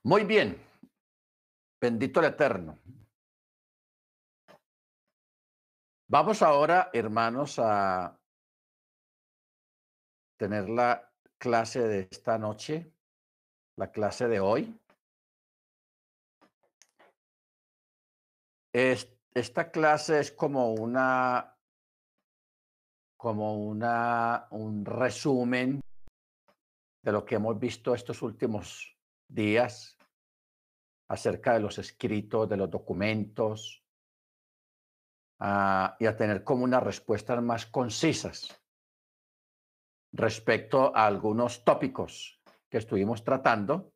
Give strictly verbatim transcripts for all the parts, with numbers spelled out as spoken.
Muy bien, bendito el Eterno. Vamos ahora, hermanos, a tener la clase de esta noche, la clase de hoy. Es- esta clase es como una, como una, un resumen de lo que hemos visto estos últimos días acerca de los escritos, de los documentos, ah, y a tener como unas respuestas más concisas respecto a algunos tópicos que estuvimos tratando.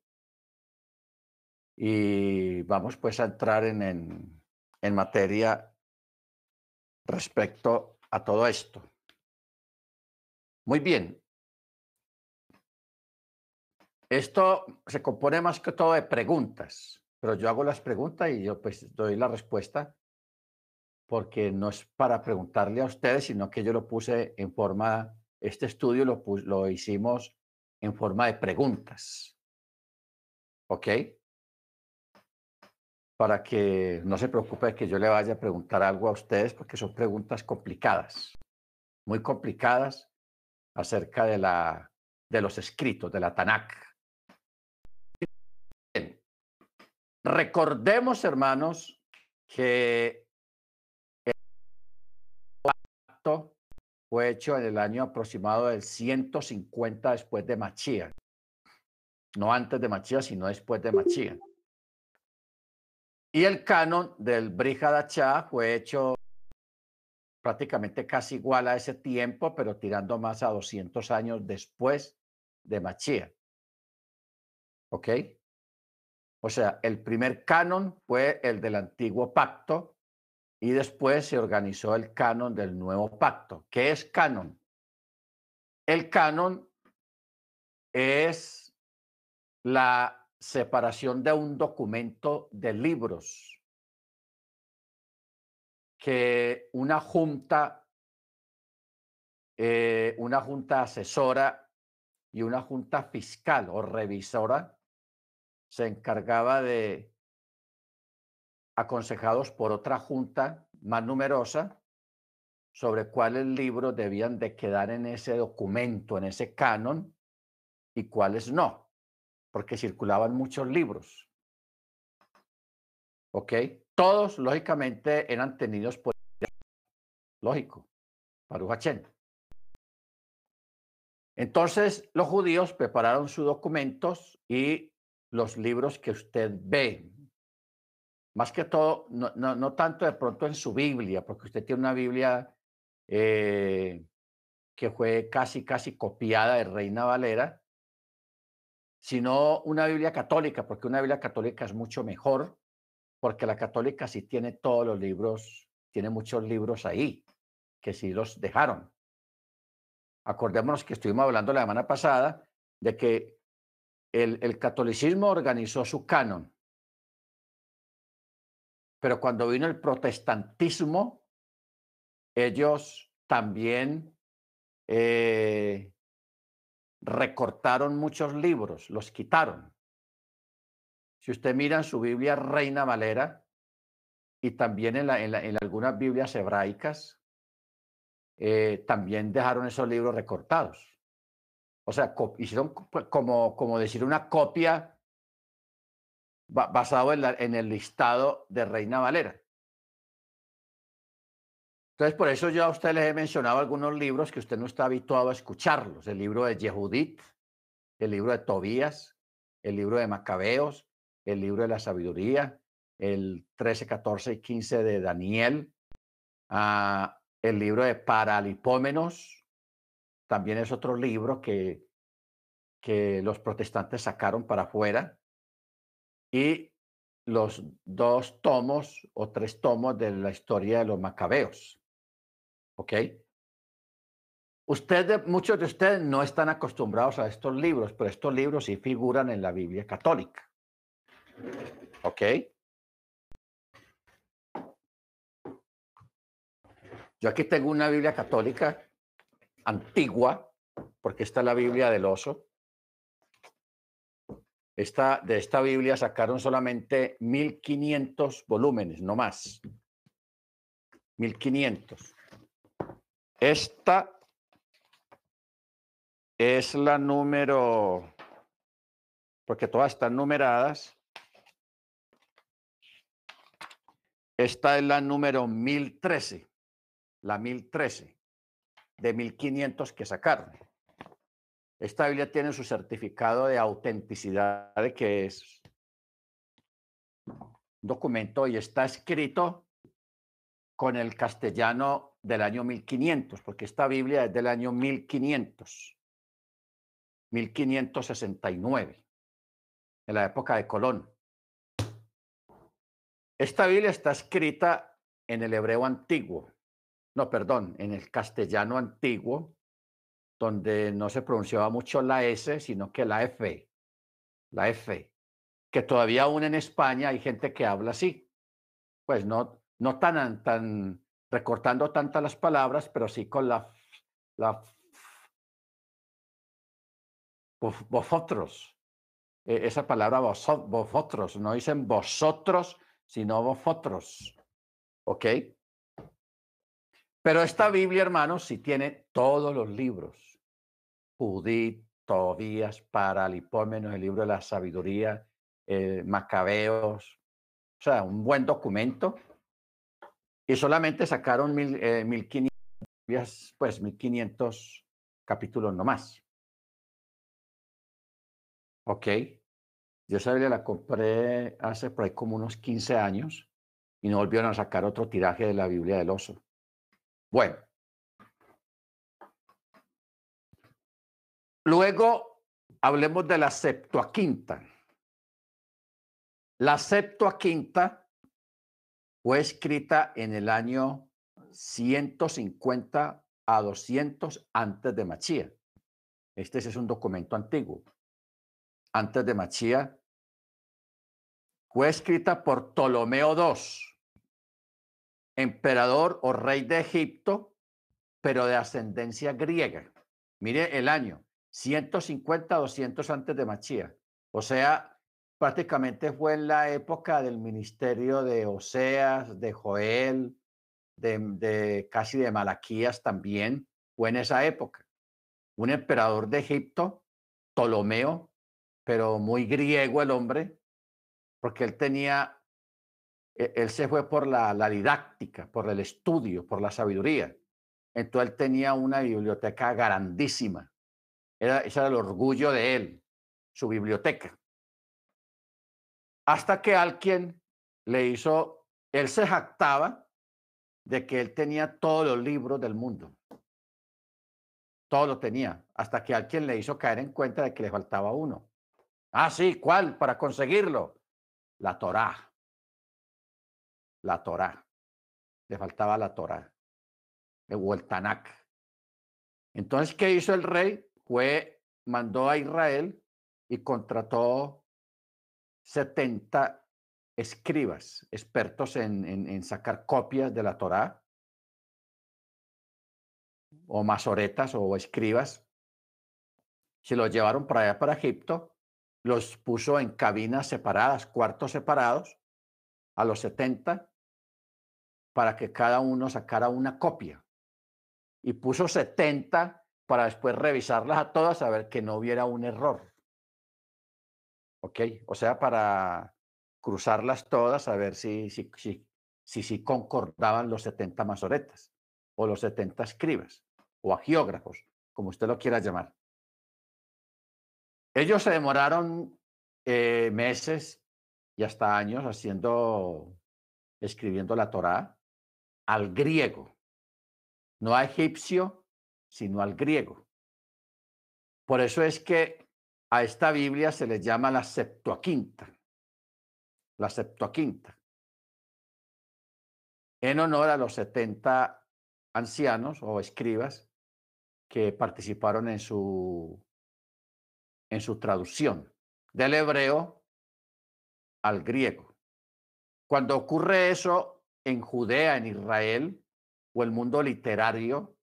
Y vamos pues a entrar en, en, en materia respecto a todo esto. Muy bien, esto se compone más que todo de preguntas, pero yo hago las preguntas y yo pues doy la respuesta porque no es para preguntarle a ustedes, sino que yo lo puse en forma, este estudio lo, pus- lo hicimos en forma de preguntas, ¿ok? Para que no se preocupe de que yo le vaya a preguntar algo a ustedes porque son preguntas complicadas, muy complicadas acerca de, la, de los escritos, de la Tanakh. Bien, recordemos, hermanos, que esto fue hecho en el año aproximado del ciento cincuenta después de Machía, no antes de Machía, sino después de Machía. Y el canon del Brit Hadashah fue hecho prácticamente casi igual a ese tiempo, pero tirando más a doscientos años después de Machía. ¿Ok? O sea, el primer canon fue el del antiguo pacto y después se organizó el canon del nuevo pacto. ¿Qué es canon? El canon es la separación de un documento de libros que una junta, eh, una junta asesora y una junta fiscal o revisora se encargaba de, aconsejados por otra junta más numerosa, sobre cuáles libros debían de quedar en ese documento, en ese canon, y cuáles no, porque circulaban muchos libros, ¿ok? Todos, lógicamente, eran tenidos por, lógico, Baruch Hachén. Entonces, los judíos prepararon sus documentos y los libros que usted ve, más que todo, no, no, no tanto de pronto en su Biblia, porque usted tiene una Biblia eh, que fue casi, casi copiada de Reina Valera, sino una Biblia católica, porque una Biblia católica es mucho mejor, porque la católica sí tiene todos los libros, tiene muchos libros ahí, que sí los dejaron. Acordémonos que estuvimos hablando la semana pasada de que el, el catolicismo organizó su canon, pero cuando vino el protestantismo, ellos también eh, recortaron muchos libros, los quitaron. Si usted mira en su Biblia Reina Valera y también en, la, en, la, en algunas Biblias hebraicas, eh, también dejaron esos libros recortados. O sea, hicieron como, como decir una copia ba basado en, la, en el listado de Reina Valera. Entonces, por eso yo a usted les he mencionado algunos libros que usted no está habituado a escucharlos. El libro de Yehudit, el libro de Tobías, el libro de Macabeos, el libro de la sabiduría, el trece, catorce y quince de Daniel, uh, el libro de Paralipómenos, también es otro libro que, que los protestantes sacaron para afuera, y los dos tomos o tres tomos de la historia de los Macabeos. ¿Ok? Ustedes, muchos de ustedes no están acostumbrados a estos libros, pero estos libros sí figuran en la Biblia católica. ¿Ok? Yo aquí tengo una Biblia católica antigua, porque esta es la Biblia del oso. Esta, de esta Biblia sacaron solamente mil quinientos volúmenes, no más. mil quinientos. Esta es la número, porque todas están numeradas. Esta es la número mil trece, la mil trece, de mil quinientos que sacaron. Esta Biblia tiene su certificado de autenticidad, de que es un documento y está escrito con el castellano del año mil quinientos, porque esta Biblia es del año mil quinientos, mil quinientos sesenta y nueve, en la época de Colón. Esta Biblia está escrita en el hebreo antiguo, no, perdón, en el castellano antiguo, donde no se pronunciaba mucho la S, sino que la F, la F, que todavía aún en España hay gente que habla así, pues no, no tan, tan recortando tantas las palabras, pero sí con la, la vosotros, eh, esa palabra vosotros, vosotros, no dicen vosotros, sino vosotros, ¿ok? Pero esta Biblia, hermanos, sí tiene todos los libros. Judith, Tobías, Paralipómenos, el libro de la sabiduría, eh, Macabeos, o sea, un buen documento. Y solamente sacaron mil, eh, mil quinientos, pues mil quinientos capítulos nomás. ¿Ok? Yo esa Biblia la compré hace por ahí como unos quince años y no volvieron a sacar otro tiraje de la Biblia del oso. Bueno. Luego, hablemos de la Septuaginta. La Septuaginta fue escrita en el año ciento cincuenta a doscientos antes de Machía. Este es un documento antiguo. Antes de Machía, fue escrita por Ptolomeo segundo, emperador o rey de Egipto, pero de ascendencia griega. Mire el año, ciento cincuenta a doscientos antes de Machía. O sea, prácticamente fue en la época del ministerio de Oseas, de Joel, de, de casi de Malaquías también, fue en esa época. Un emperador de Egipto, Ptolomeo, pero muy griego el hombre, porque él tenía, e- él se fue por la, la didáctica, por el estudio, por la sabiduría. Entonces él tenía una biblioteca grandísima. Era, ese era el orgullo de él, su biblioteca. Hasta que alguien le hizo, él se jactaba de que él tenía todos los libros del mundo. Todo lo tenía, hasta que alguien le hizo caer en cuenta de que le faltaba uno. Ah, sí, ¿cuál? Para conseguirlo. La Torá. La Torá. Le faltaba la Torá. O el Tanakh. Entonces, ¿qué hizo el rey? Fue, mandó a Israel y contrató setenta escribas, expertos en, en, en sacar copias de la Torá, o masoretas o escribas. Se los llevaron para allá, para Egipto, los puso en cabinas separadas, cuartos separados, a los setenta, para que cada uno sacara una copia. Y puso setenta para después revisarlas a todas, a ver que no hubiera un error. ¿Ok? O sea, para cruzarlas todas, a ver si, si, si, si, si concordaban los setenta masoretas, o los setenta escribas, o agiógrafos, como usted lo quiera llamar. Ellos se demoraron eh, meses y hasta años haciendo, escribiendo la Torá al griego, no a egipcio, sino al griego. Por eso es que a esta Biblia se le llama la Septuaginta, la Septuaginta, en honor a los setenta ancianos o escribas que participaron en su, en su traducción del hebreo al griego. Cuando ocurre eso en Judea, en Israel, o el mundo literario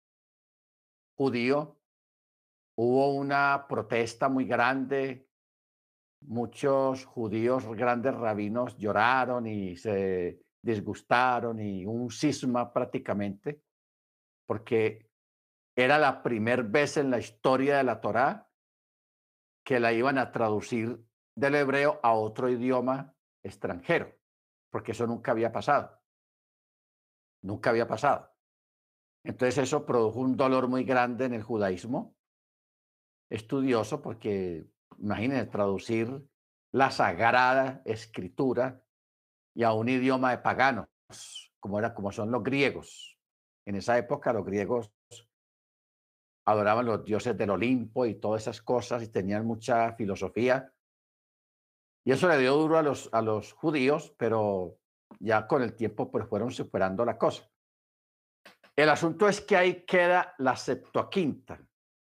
judío, hubo una protesta muy grande, muchos judíos, grandes rabinos, lloraron y se disgustaron y un cisma prácticamente, porque era la primera vez en la historia de la Torá que la iban a traducir del hebreo a otro idioma extranjero, porque eso nunca había pasado, nunca había pasado. Entonces eso produjo un dolor muy grande en el judaísmo estudioso, porque imagínense traducir la Sagrada Escritura y a un idioma de paganos, como, era, como son los griegos. En esa época los griegos adoraban los dioses del Olimpo y todas esas cosas y tenían mucha filosofía. Y eso le dio duro a los, a los judíos, pero ya con el tiempo pues fueron superando la cosa. El asunto es que ahí queda la Septuaginta.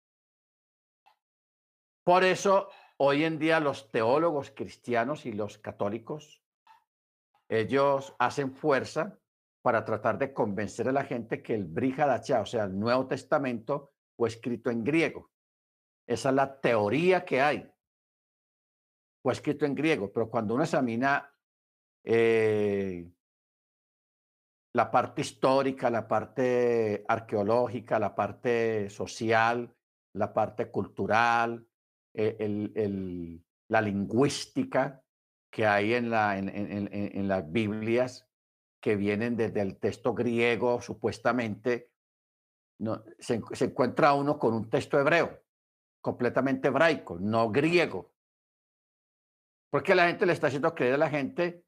Por eso hoy en día los teólogos cristianos y los católicos, ellos hacen fuerza para tratar de convencer a la gente que el Brit Hadashah, o sea, el Nuevo Testamento, fue escrito en griego. Esa es la teoría que hay. Fue escrito en griego, pero cuando uno examina eh, la parte histórica, la parte arqueológica, la parte social, la parte cultural, eh, el, el, la lingüística que hay en, la, en, en, en, las Biblias que vienen desde el texto griego, supuestamente, no, se, se encuentra uno con un texto hebreo, completamente hebraico, no griego. Porque la gente le está haciendo creer a la gente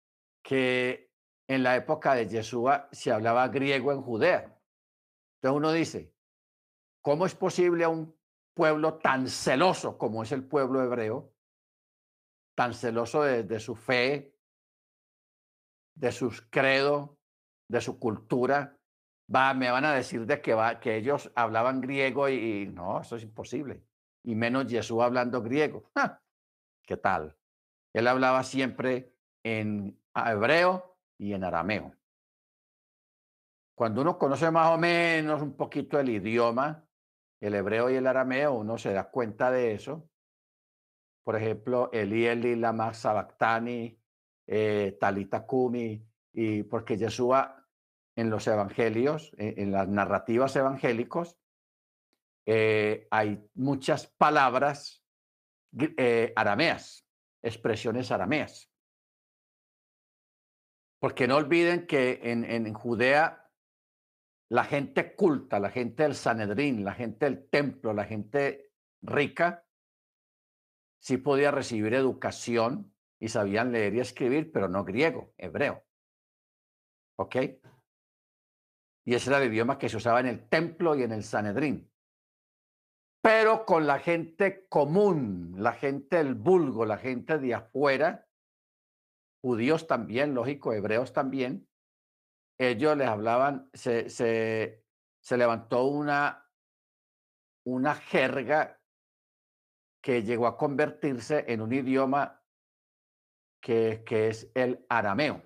que en la época de Yeshua se hablaba griego en Judea. Entonces uno dice, ¿cómo es posible a un pueblo tan celoso como es el pueblo hebreo, tan celoso de, de su fe, de sus credos, de su cultura? Va, me van a decir de que, va, que ellos hablaban griego y, y no, eso es imposible. Y menos Yeshua hablando griego. ¡Ja! ¿Qué tal? Él hablaba siempre en hebreo y en arameo. Cuando uno conoce más o menos un poquito el idioma, el hebreo y el arameo, uno se da cuenta de eso. Por ejemplo, Eli, Eli, lama sabactani, eh, talita kumi, y porque Yeshua en los evangelios, en, en las narrativas evangélicos, eh, hay muchas palabras eh, arameas, expresiones arameas. Porque no olviden que en, en Judea la gente culta, la gente del Sanedrín, la gente del templo, la gente rica, sí podía recibir educación y sabían leer y escribir, pero no griego, hebreo. ¿Ok? Y ese era el idioma que se usaba en el templo y en el Sanedrín. Pero con la gente común, la gente del vulgo, la gente de afuera, judíos también, lógico, hebreos también, ellos les hablaban, se, se, se levantó una, una jerga que llegó a convertirse en un idioma que, que es el arameo.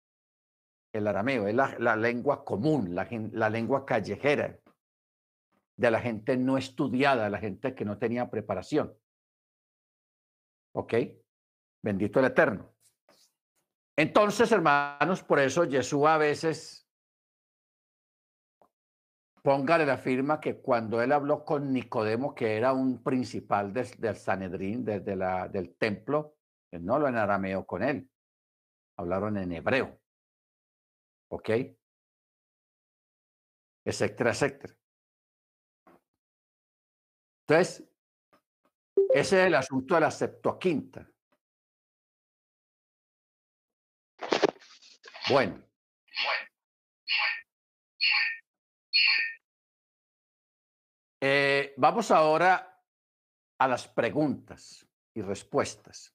El arameo es la, la lengua común, la, la lengua callejera de la gente no estudiada, la gente que no tenía preparación. ¿Ok? Bendito el Eterno. Entonces, hermanos, por eso Jesús a veces, póngale la firma que cuando él habló con Nicodemo, que era un principal del, del Sanedrín, desde la, del templo, él no habló en arameo con él, hablaron en hebreo. ¿Ok? Etcétera, etcétera. Entonces, ese es el asunto de la Septuaginta. Bueno. Eh, vamos ahora a las preguntas y respuestas.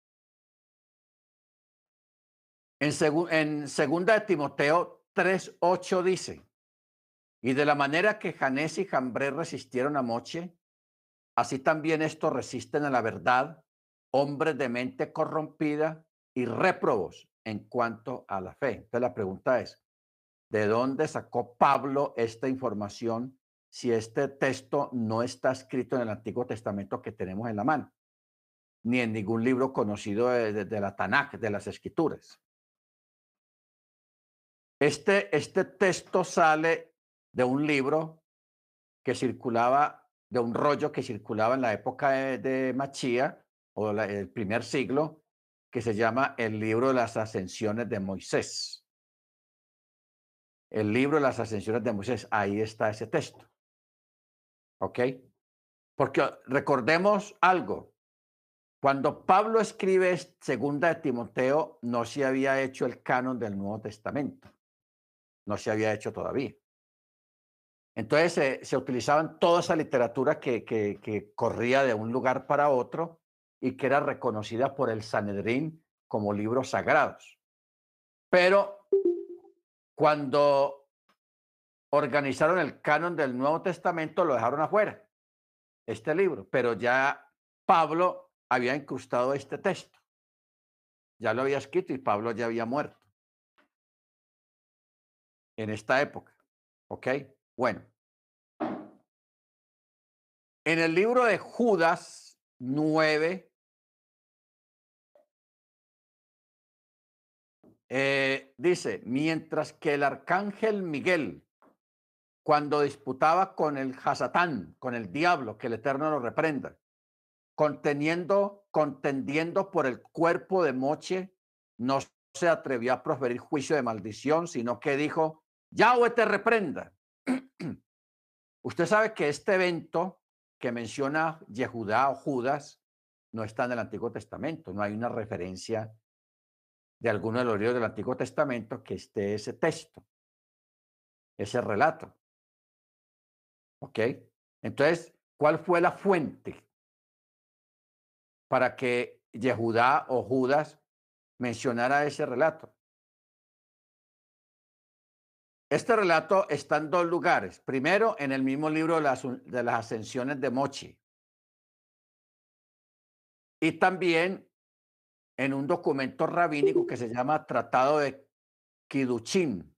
En, segu en segunda de Timoteo tres ocho dice, y de la manera que Janés y Jambré resistieron a Moche, así también estos resisten a la verdad, hombres de mente corrompida y réprobos en cuanto a la fe. Entonces la pregunta es, ¿de dónde sacó Pablo esta información si este texto no está escrito en el Antiguo Testamento que tenemos en la mano? ni en ningún libro conocido de, de, de la Tanakh, de las Escrituras. Este, este texto sale de un libro que circulaba, de un rollo que circulaba en la época de, de Machía, o la, el primer siglo, que se llama el libro de las ascensiones de Moisés. El libro de las ascensiones de Moisés, ahí está ese texto. ¿Ok? Porque recordemos algo, cuando Pablo escribe segunda de Timoteo, no se había hecho el canon del Nuevo Testamento, no se había hecho todavía. Entonces eh, se utilizaban toda esa literatura que, que, que corría de un lugar para otro y que era reconocida por el Sanedrín como libros sagrados. Pero cuando organizaron el canon del Nuevo Testamento, lo dejaron afuera, este libro, pero ya Pablo había incrustado este texto, ya lo había escrito y Pablo ya había muerto en esta época, ¿ok? Bueno, en el libro de Judas nueve, eh, dice, mientras que el arcángel Miguel, cuando disputaba con el Hasatán, con el diablo, que el Eterno lo reprenda, conteniendo, contendiendo por el cuerpo de Moche, no se atrevió a proferir juicio de maldición, sino que dijo, Yahweh te reprenda. Usted sabe que este evento que menciona Yehudá o Judas no está en el Antiguo Testamento, no hay una referencia de alguno de los libros del Antiguo Testamento que esté ese texto, ese relato. ¿Ok? Entonces, ¿cuál fue la fuente para que Yehudá o Judas mencionara ese relato? Este relato está en dos lugares. Primero, en el mismo libro de las, de las ascensiones de Mochi. Y también en un documento rabínico que se llama Tratado de Kiddushin,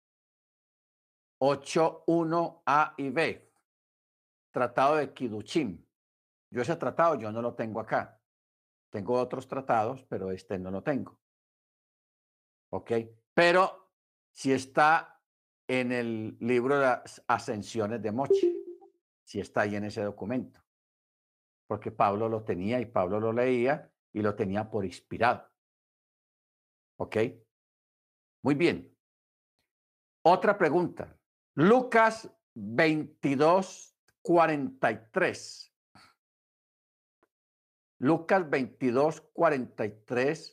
ocho uno A y B. Tratado de Kiddushin. Yo ese tratado yo no lo tengo acá. Tengo otros tratados, pero este no lo tengo. ¿Ok? Pero sí está en el libro de las ascensiones de Mochi. Sí está ahí en ese documento. Porque Pablo lo tenía y Pablo lo leía y lo tenía por inspirado. ¿Ok? Muy bien. Otra pregunta. Lucas veintidós, cuarenta y tres. Lucas veintidós, cuarenta y tres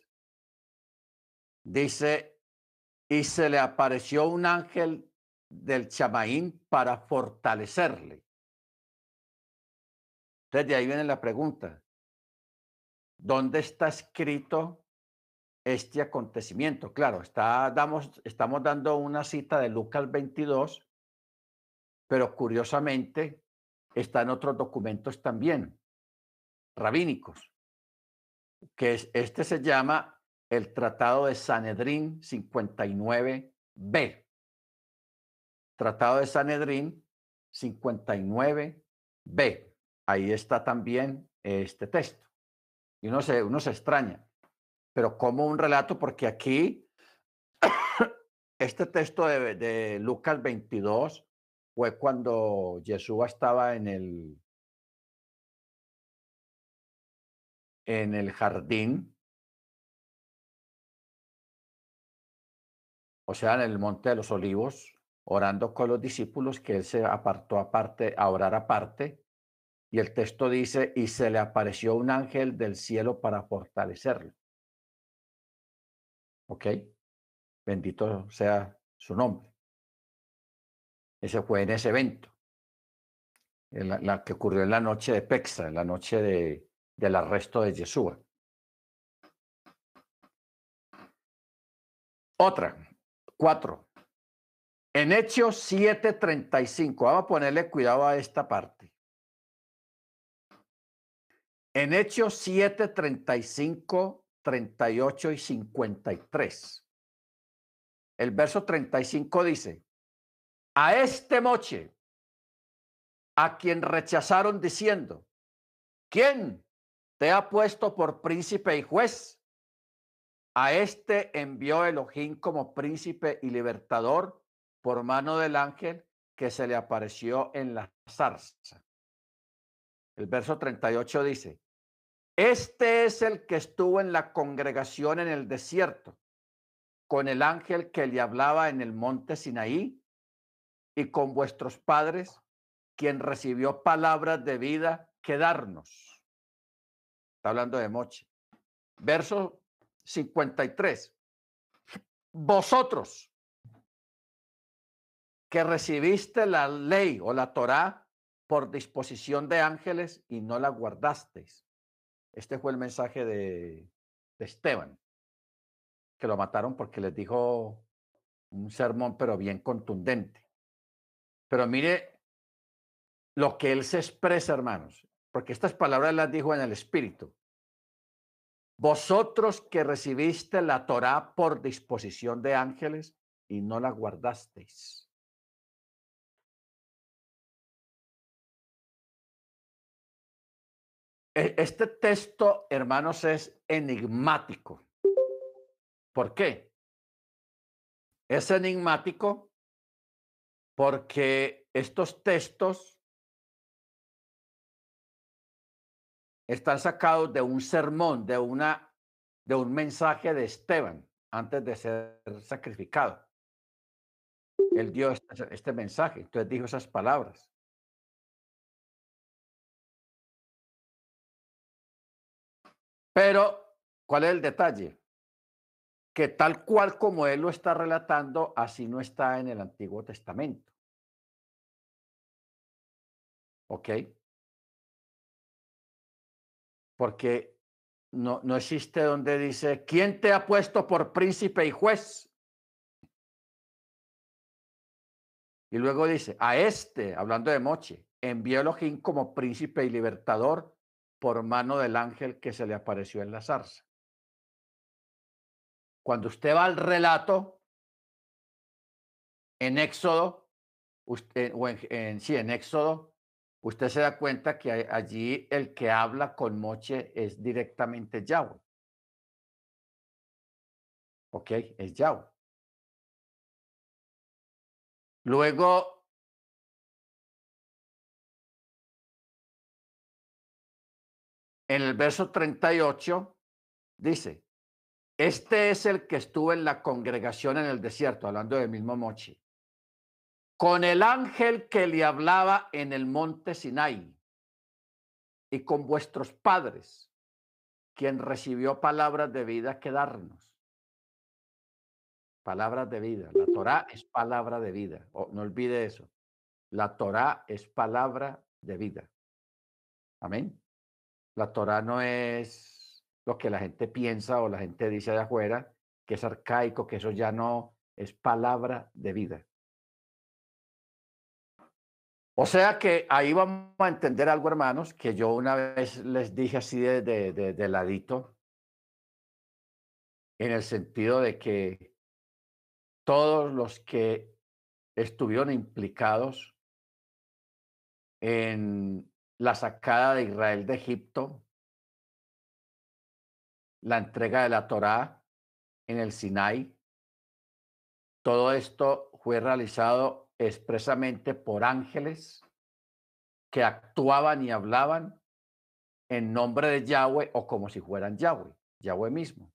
dice, y se le apareció un ángel del Chamaín para fortalecerle. Entonces de ahí viene la pregunta. ¿Dónde está escrito este acontecimiento? Claro, está, damos, estamos dando una cita de Lucas veintidós, pero curiosamente está en otros documentos también, rabínicos, que es, este se llama el Tratado de Sanedrín cincuenta y nueve B. Tratado de Sanedrín cincuenta y nueve B. Ahí está también este texto. Y uno se, uno se extraña, pero como un relato, porque aquí este texto de, de Lucas veintidós fue cuando Yeshua estaba en el, en el jardín, o sea, en el Monte de los Olivos, orando con los discípulos, que él se apartó aparte a orar aparte. Y el texto dice, y se le apareció un ángel del cielo para fortalecerlo. ¿Ok? Bendito sea su nombre. Ese fue en ese evento, en la, la que ocurrió en la noche de Pexa, en la noche de, del arresto de Yeshua. Otra, cuatro. En Hechos siete treinta y cinco, vamos a ponerle cuidado a esta parte. En Hechos siete treinta y cinco, treinta y ocho y cincuenta y tres. El verso treinta y cinco dice, a este Moche, a quien rechazaron diciendo, ¿quién te ha puesto por príncipe y juez. A este envió Elohim como príncipe y libertador por mano del ángel que se le apareció en la zarza. El verso treinta y ocho dice, este es el que estuvo en la congregación en el desierto, con el ángel que le hablaba en el monte Sinaí, y con vuestros padres, quien recibió palabras de vida que darnos. Está hablando de Moche. Verso cincuenta y tres. Vosotros que recibiste la ley o la Torá por disposición de ángeles y no la guardasteis. Este fue el mensaje de, de Esteban, que lo mataron porque les dijo un sermón, pero bien contundente. Pero mire lo que él se expresa, hermanos, porque estas palabras las dijo en el Espíritu. Vosotros que recibiste la Torá por disposición de ángeles y no la guardasteis. Este texto, hermanos, es enigmático. ¿Por qué? Es enigmático porque estos textos están sacados de un sermón, de, una, de un mensaje de Esteban antes de ser sacrificado. Él dio este, este mensaje, entonces dijo esas palabras. Pero, ¿cuál es el detalle? Que tal cual como él lo está relatando, así no está en el Antiguo Testamento. ¿Ok? Porque no, no existe donde dice, ¿quién te ha puesto por príncipe y juez? Y luego dice, a este, hablando de Moche, envió Elohim como príncipe y libertador por mano del ángel que se le apareció en la zarza. Cuando usted va al relato, en Éxodo, usted, o en, en, sí, en Éxodo, usted se da cuenta que allí el que habla con Moche es directamente Yahweh. ¿Ok? Es Yahweh. Luego, en el verso treinta y ocho, dice, este es el que estuvo en la congregación en el desierto, hablando del mismo Moche, con el ángel que le hablaba en el monte Sinai y con vuestros padres, quien recibió palabras de vida que darnos. Palabras de vida. La Torá es palabra de vida. Oh, no olvide eso. La Torá es palabra de vida. Amén. La Torá no es lo que la gente piensa o la gente dice de afuera, que es arcaico, que eso ya no es palabra de vida. O sea que ahí vamos a entender algo, hermanos, que yo una vez les dije así de, de, de, de ladito, en el sentido de que todos los que estuvieron implicados en la sacada de Israel de Egipto, la entrega de la Torá en el Sinai, todo esto fue realizado expresamente por ángeles que actuaban y hablaban en nombre de Yahweh o como si fueran Yahweh, Yahweh mismo.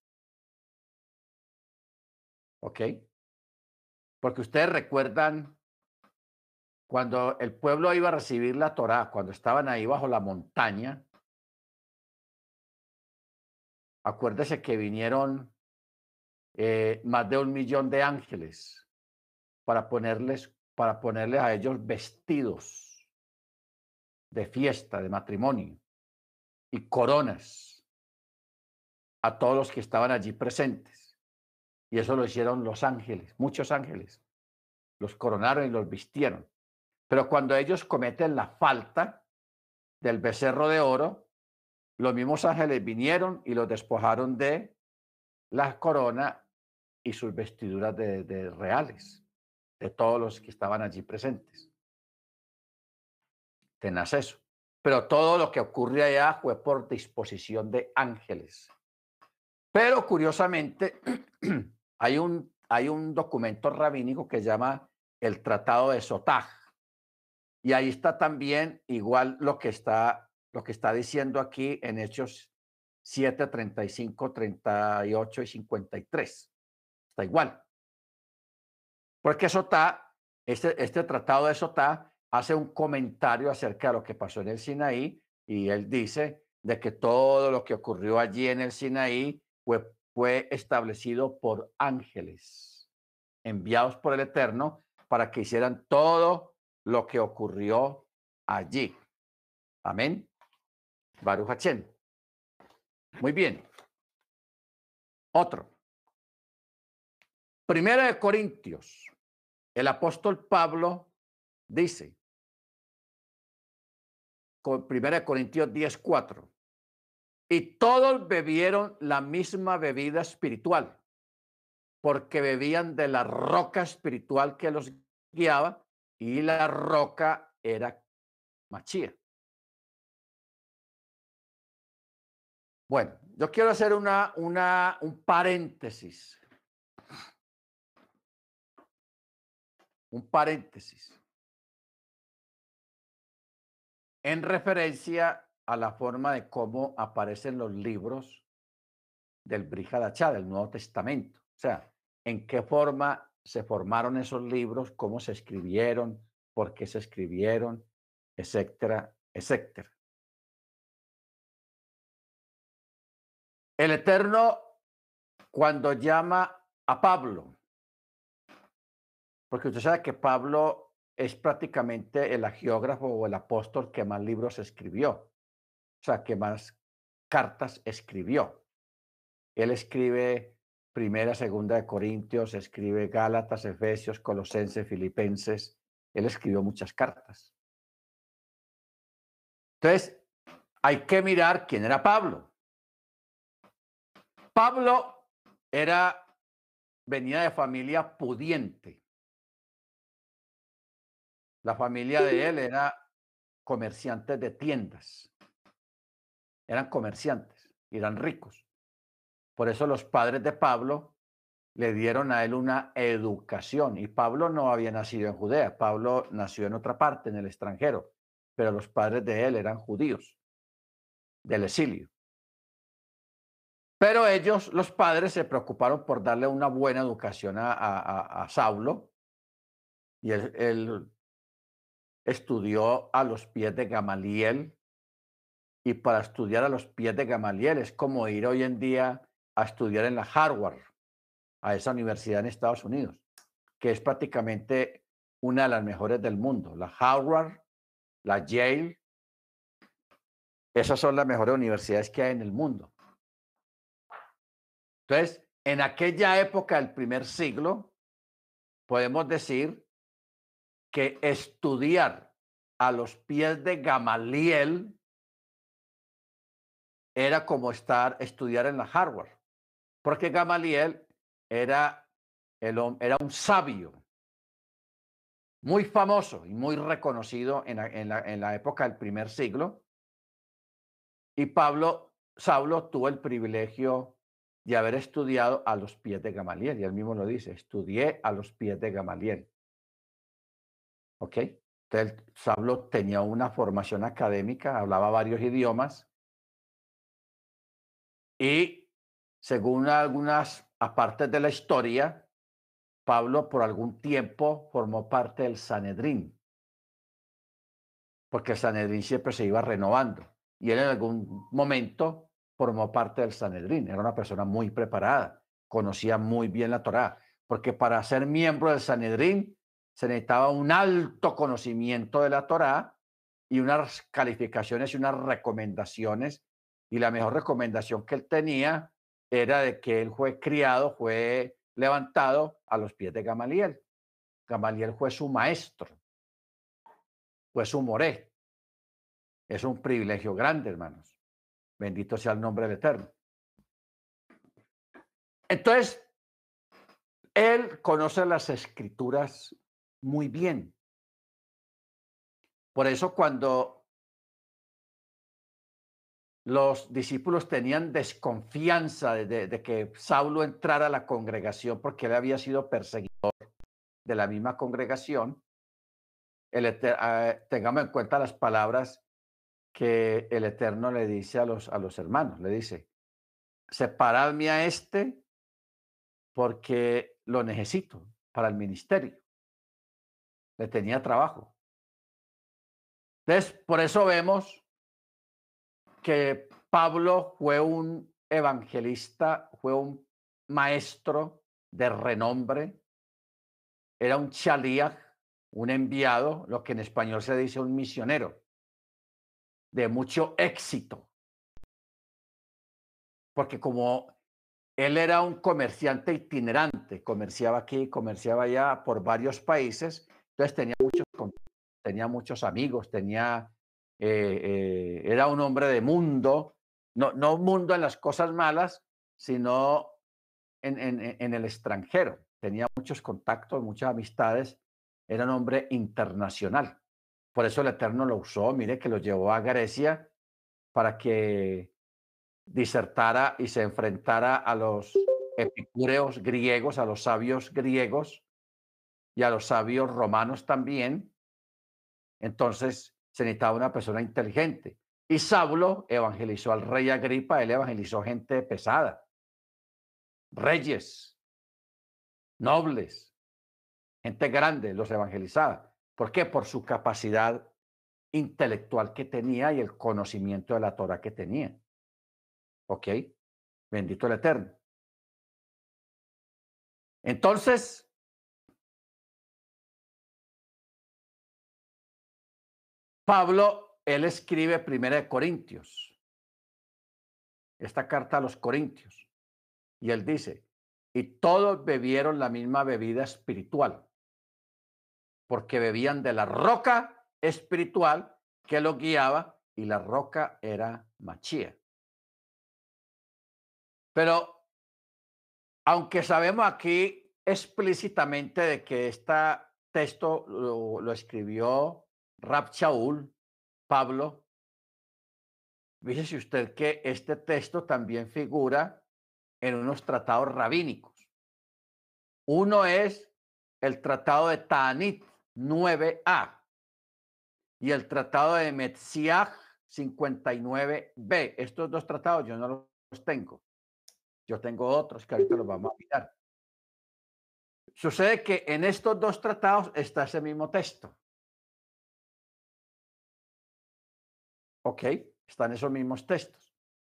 ¿Ok? Porque ustedes recuerdan cuando el pueblo iba a recibir la Torá, cuando estaban ahí bajo la montaña, acuérdese que vinieron eh, más de un millón de ángeles para ponerles, para ponerles a ellos vestidos de fiesta, de matrimonio y coronas a todos los que estaban allí presentes. Y eso lo hicieron los ángeles, muchos ángeles. Los coronaron y los vistieron. Pero cuando ellos cometen la falta del becerro de oro, los mismos ángeles vinieron y los despojaron de la corona y sus vestiduras de, de reales, de todos los que estaban allí presentes. Tenaz eso. pero todo lo que ocurre allá fue por disposición de ángeles. Pero curiosamente, hay un, hay un documento rabínico que se llama el Tratado de Sotá. Y ahí está también igual lo que está, lo que está diciendo aquí en Hechos siete, treinta y cinco, treinta y ocho y cincuenta y tres. Está igual. Porque Sotá, este, este tratado de Sotá, hace un comentario acerca de lo que pasó en el Sinaí y él dice de que todo lo que ocurrió allí en el Sinaí fue, fue establecido por ángeles enviados por el Eterno para que hicieran todo lo que ocurrió allí. Amén. Baruch Hachén. Muy bien. Otro. Primera de Corintios. El apóstol Pablo dice, Primera de Corintios diez, cuatro. Y todos bebieron la misma bebida espiritual, porque bebían de la roca espiritual que los guiaba, y la roca era Machía. Bueno, yo quiero hacer una, una, un paréntesis. Un paréntesis. En referencia a la forma de cómo aparecen los libros del Brit Hadashah, del Nuevo Testamento. O sea, en qué forma se formaron esos libros, cómo se escribieron, por qué se escribieron, etcétera, etcétera. El Eterno, cuando llama a Pablo, porque usted sabe que Pablo es prácticamente el agiógrafo o el apóstol que más libros escribió, o sea, que más cartas escribió. Él escribe Primera, Segunda de Corintios, escribe Gálatas, Efesios, Colosenses, Filipenses. Él escribió muchas cartas. Entonces, hay que mirar quién era Pablo. Pablo era, venía de familia pudiente. La familia de él era comerciantes de tiendas. Eran comerciantes, eran ricos. Por eso los padres de Pablo le dieron a él una educación. Y Pablo no había nacido en Judea, Pablo nació en otra parte, en el extranjero, pero los padres de él eran judíos, del exilio. Pero ellos, los padres, se preocuparon por darle una buena educación a, a, a Saulo, y él, él estudió a los pies de Gamaliel, y para estudiar a los pies de Gamaliel es como ir hoy en día a estudiar en la Harvard, a esa universidad en Estados Unidos, que es prácticamente una de las mejores del mundo. La Harvard, la Yale, esas son las mejores universidades que hay en el mundo. Entonces, en aquella época del primer siglo, podemos decir que estudiar a los pies de Gamaliel era como estar, estudiar en la Harvard, porque Gamaliel era, el, era un sabio muy famoso y muy reconocido en la, en la, en la época del primer siglo. Y Pablo, Saulo tuvo el privilegio de haber estudiado a los pies de Gamaliel, y él mismo lo dice, estudié a los pies de Gamaliel. ¿Ok? Entonces, Saulo tenía una formación académica, hablaba varios idiomas, y según algunas partes de la historia, Pablo por algún tiempo formó parte del Sanedrín, porque el Sanedrín siempre se iba renovando, y él en algún momento formó parte del Sanedrín. Era una persona muy preparada, conocía muy bien la Torá, porque para ser miembro del Sanedrín se necesitaba un alto conocimiento de la Torá y unas calificaciones y unas recomendaciones, y la mejor recomendación que él tenía era de que él fue criado, fue levantado a los pies de Gamaliel. Gamaliel fue su maestro, fue su moré. Es un privilegio grande, hermanos. Bendito sea el nombre del Eterno. Entonces, él conoce las escrituras muy bien. Por eso cuando los discípulos tenían desconfianza de, de- de que Saulo entrara a la congregación porque él había sido perseguidor de la misma congregación. El Eter- ah, tengamos en cuenta las palabras que el Eterno le dice a los, a los hermanos. Le dice, separadme a este porque lo necesito para el ministerio. Le tenía trabajo. Entonces, por eso vemos que Pablo fue un evangelista, fue un maestro de renombre, era un chaliach, un enviado, lo que en español se dice un misionero, de mucho éxito, porque como él era un comerciante itinerante, comerciaba aquí, comerciaba allá por varios países, entonces tenía muchos, con- tenía muchos amigos, tenía, eh, eh, era un hombre de mundo, no, no mundo en las cosas malas, sino en, en, en el extranjero. Tenía muchos contactos, muchas amistades, era un hombre internacional. Por eso el Eterno lo usó, mire que lo llevó a Grecia para que disertara y se enfrentara a los epicúreos griegos, a los sabios griegos y a los sabios romanos también. Entonces se necesitaba una persona inteligente. Y Saulo evangelizó al rey Agripa, él evangelizó gente pesada, reyes, nobles, gente grande, los evangelizaba. ¿Por qué? Por su capacidad intelectual que tenía y el conocimiento de la Torah que tenía. ¿Ok? Bendito el Eterno. Entonces, Pablo, él escribe Primera de Corintios, esta carta a los Corintios, y él dice, y todos bebieron la misma bebida espiritual, porque bebían de la roca espiritual que los guiaba, y la roca era Machía. Pero aunque sabemos aquí explícitamente de que este texto lo, lo escribió Rab Shaul, Pablo, fíjese usted que este texto también figura en unos tratados rabínicos. Uno es el tratado de Ta'anit nueve a y el tratado de Metziach cincuenta y nueve b. Estos dos tratados yo no los tengo. Yo tengo otros que ahorita los vamos a mirar. Sucede que en estos dos tratados está ese mismo texto. ¿Ok? Están esos mismos textos.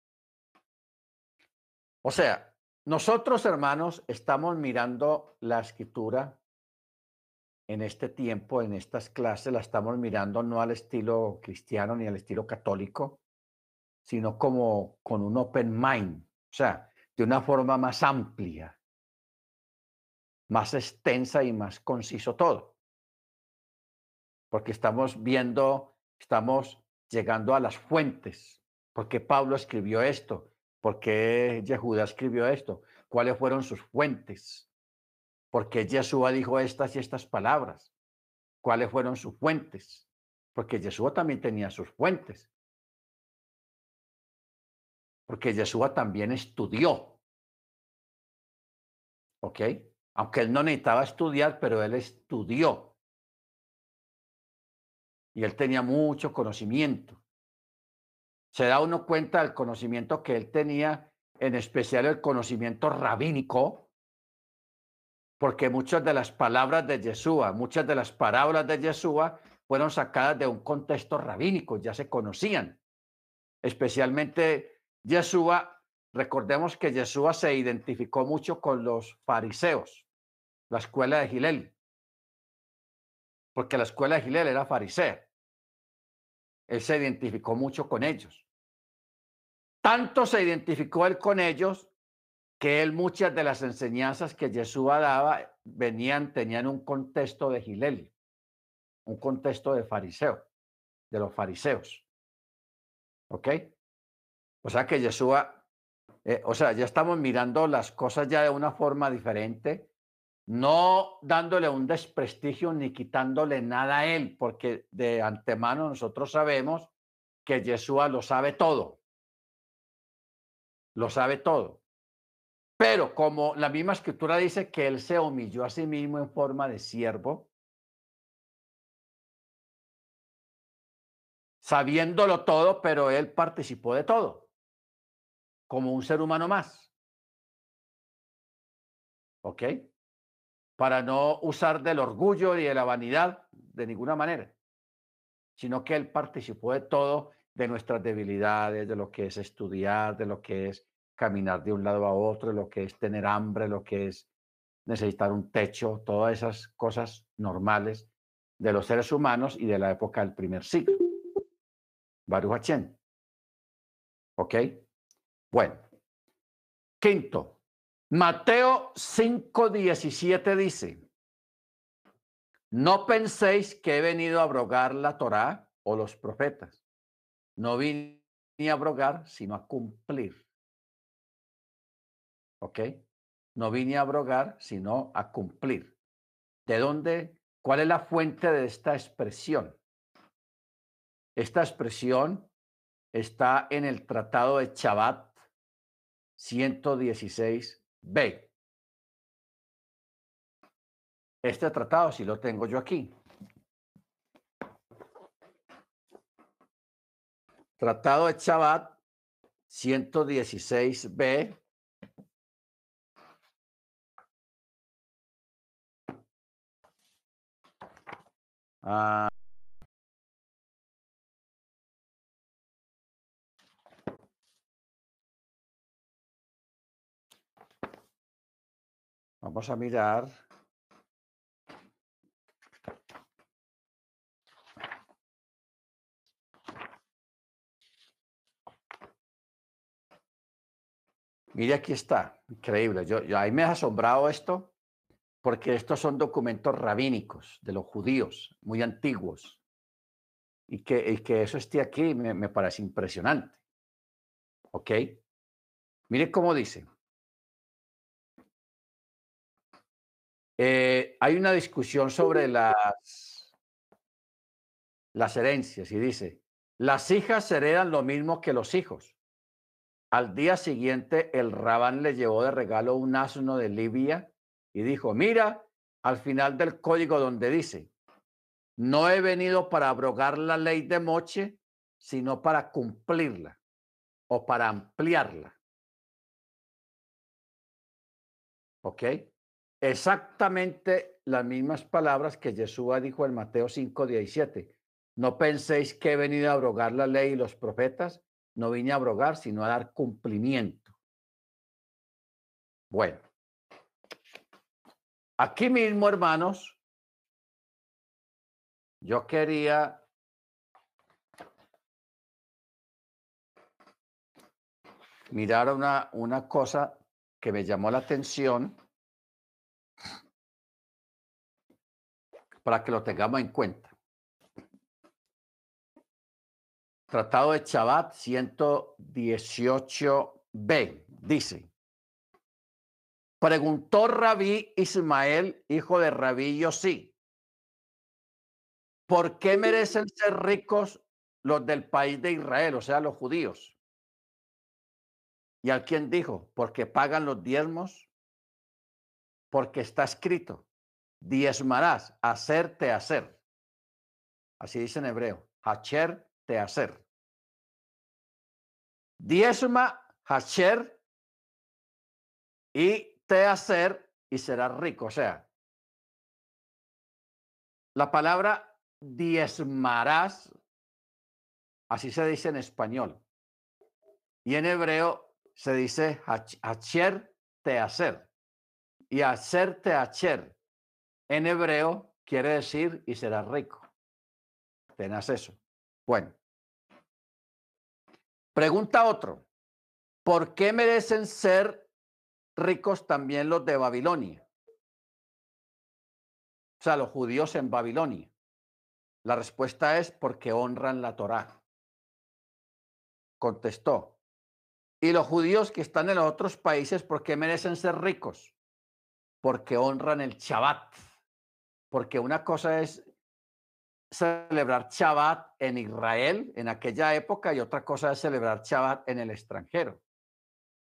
O sea, nosotros, hermanos, estamos mirando la escritura en este tiempo, en estas clases, la estamos mirando no al estilo cristiano ni al estilo católico, sino como con un open mind, o sea, de una forma más amplia, más extensa y más conciso todo, porque estamos viendo, estamos llegando a las fuentes, porque Pablo escribió esto, porque Yehuda escribió esto, cuáles fueron sus fuentes, porque Yeshua dijo estas y estas palabras, cuáles fueron sus fuentes, porque Yeshua también tenía sus fuentes, porque Yeshua también estudió, ¿ok? Aunque él no necesitaba estudiar, pero él estudió y él tenía mucho conocimiento. Se da uno cuenta del conocimiento que él tenía, en especial el conocimiento rabínico, porque muchas de las palabras de Yeshua, muchas de las parábolas de Yeshua fueron sacadas de un contexto rabínico, ya se conocían. Especialmente Yeshua, recordemos que Yeshua se identificó mucho con los fariseos, la escuela de Gilel, porque la escuela de Gilel era farisea. Él se identificó mucho con ellos. Tanto se identificó él con ellos que él muchas de las enseñanzas que Yeshua daba venían, tenían un contexto de Gilel, un contexto de fariseo, de los fariseos. ¿Ok? O sea que Yeshua, eh, o sea, ya estamos mirando las cosas ya de una forma diferente, no dándole un desprestigio ni quitándole nada a él, porque de antemano nosotros sabemos que Yeshua lo sabe todo. lo sabe todo. Pero como la misma escritura dice que él se humilló a sí mismo en forma de siervo, sabiéndolo todo, pero él participó de todo, como un ser humano más, ¿ok? Para no usar del orgullo y de la vanidad de ninguna manera, sino que él participó de todo, de nuestras debilidades, de lo que es estudiar, de lo que es caminar de un lado a otro, de lo que es tener hambre, lo que es necesitar un techo, todas esas cosas normales de los seres humanos y de la época del primer siglo. Baruch Hachén, ¿ok? Bueno, quinto, Mateo cinco diecisiete dice, no penséis que he venido a abrogar la Torá o los profetas. No vine a abrogar, sino a cumplir. ¿Ok? No vine a abrogar, sino a cumplir. ¿De dónde? ¿Cuál es la fuente de esta expresión? Esta expresión está en el Tratado de Chabat ciento dieciséis b. Este tratado sí lo tengo yo aquí. Tratado de Chabat ciento dieciséis b. Ah, vamos a mirar. Mire, aquí está. Increíble. Yo, yo, ahí me ha asombrado esto, porque estos son documentos rabínicos de los judíos, muy antiguos. Y que, y que eso esté aquí me, me parece impresionante. ¿Ok? Mire cómo dice. Eh, hay una discusión sobre las, las herencias y dice, las hijas heredan lo mismo que los hijos. Al día siguiente, el Rabán le llevó de regalo un asno de Libia y dijo, mira, al final del código donde dice, no he venido para abrogar la ley de Moche, sino para cumplirla o para ampliarla. ¿Ok? Exactamente las mismas palabras que Yeshua dijo en Mateo cinco diecisiete. No penséis que he venido a abrogar la ley y los profetas. No vine a abrogar, sino a dar cumplimiento. Bueno, aquí mismo, hermanos, yo quería mirar una, una cosa que me llamó la atención para que lo tengamos en cuenta. Tratado de Chabat ciento dieciocho b dice, preguntó Rabí Ismael, hijo de Rabí Yosí, ¿por qué merecen ser ricos los del país de Israel, o sea, los judíos? ¿Y al quién dijo? Porque pagan los diezmos, porque está escrito, diezmarás, hacerte hacer. Así dice en hebreo, hacher te hacer. Diezma, hacher y te hacer y serás rico. O sea, la palabra diezmarás, así se dice en español. Y en hebreo se dice hacher te hacer. Y hacerte hacher en hebreo quiere decir y serás rico. Tenás eso. Bueno, pregunta otro. ¿Por qué merecen ser ricos también los de Babilonia? O sea, los judíos en Babilonia. La respuesta es porque honran la Torá. Contestó. ¿Y los judíos que están en los otros países, por qué merecen ser ricos? Porque honran el Shabbat. Porque una cosa es celebrar Shabbat en Israel en aquella época y otra cosa es celebrar Shabbat en el extranjero.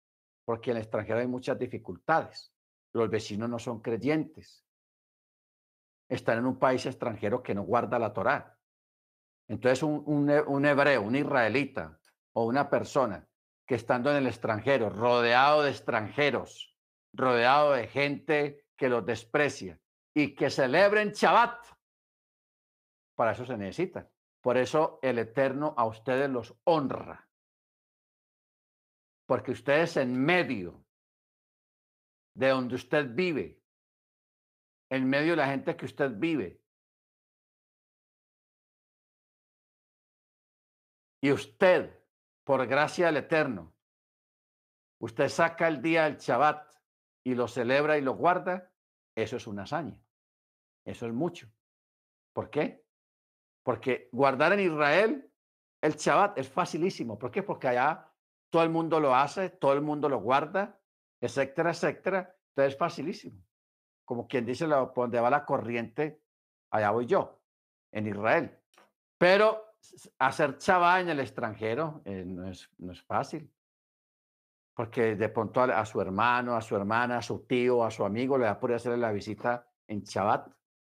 porque en el extranjero hay muchas dificultades. Los vecinos no son creyentes. Están en un país extranjero que no guarda la Torá. Entonces, un, un, un hebreo, un israelita o una persona que estando en el extranjero, rodeado de extranjeros, rodeado de gente que los desprecia y que celebren Shabbat, para eso se necesita. Por eso el Eterno a ustedes los honra, porque ustedes en medio de donde usted vive, en medio de la gente que usted vive, y usted, por gracia del Eterno, usted saca el día del Shabbat y lo celebra y lo guarda, eso es una hazaña. Eso es mucho. ¿Por qué? Porque guardar en Israel el Shabbat es facilísimo. ¿Por qué? Porque allá todo el mundo lo hace, todo el mundo lo guarda, etcétera, etcétera. Entonces es facilísimo. Como quien dice, por donde va la corriente, allá voy yo, en Israel. Pero hacer Shabbat en el extranjero eh, no, es, no es fácil. Porque de pronto a, a su hermano, a su hermana, a su tío, a su amigo le va a poder hacerle la visita en Shabbat.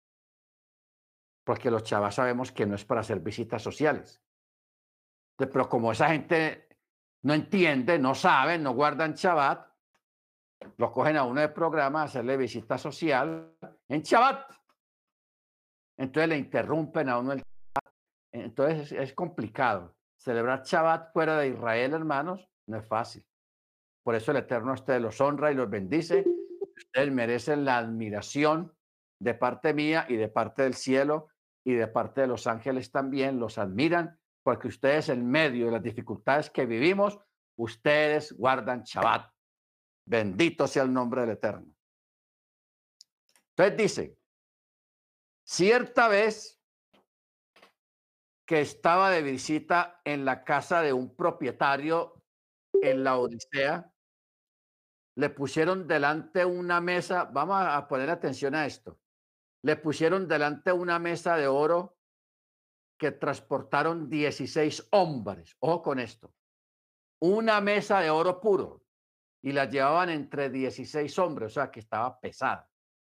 Porque los Shabbat sabemos que no es para hacer visitas sociales. Pero como esa gente no entiende, no sabe, no guardan Shabbat, lo cogen a uno del programa a hacerle visita social en Shabbat. Entonces le interrumpen a uno el Shabbat. Entonces es, es complicado. Celebrar Shabbat fuera de Israel, hermanos, no es fácil. Por eso el Eterno a ustedes los honra y los bendice. Ustedes merecen la admiración de parte mía y de parte del cielo y de parte de los ángeles también. Los admiran porque ustedes en medio de las dificultades que vivimos, ustedes guardan Shabbat. Bendito sea el nombre del Eterno. Entonces dice, cierta vez que estaba de visita en la casa de un propietario en la Odisea, le pusieron delante una mesa, vamos a poner atención a esto, le pusieron delante una mesa de oro que transportaron dieciséis hombres, ojo con esto, una mesa de oro puro, y la llevaban entre dieciséis hombres, o sea que estaba pesada.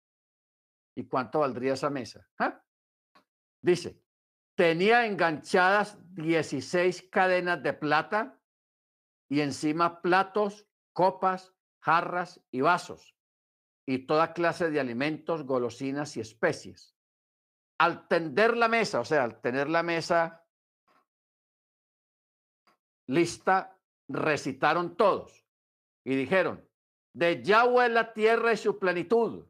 ¿Y cuánto valdría esa mesa? ¿Ah? Dice, tenía enganchadas dieciséis cadenas de plata y encima platos, copas, jarras y vasos, y toda clase de alimentos, golosinas y especies. Al tender la mesa, o sea, al tener la mesa lista, recitaron todos y dijeron, de Yahweh la tierra y su plenitud.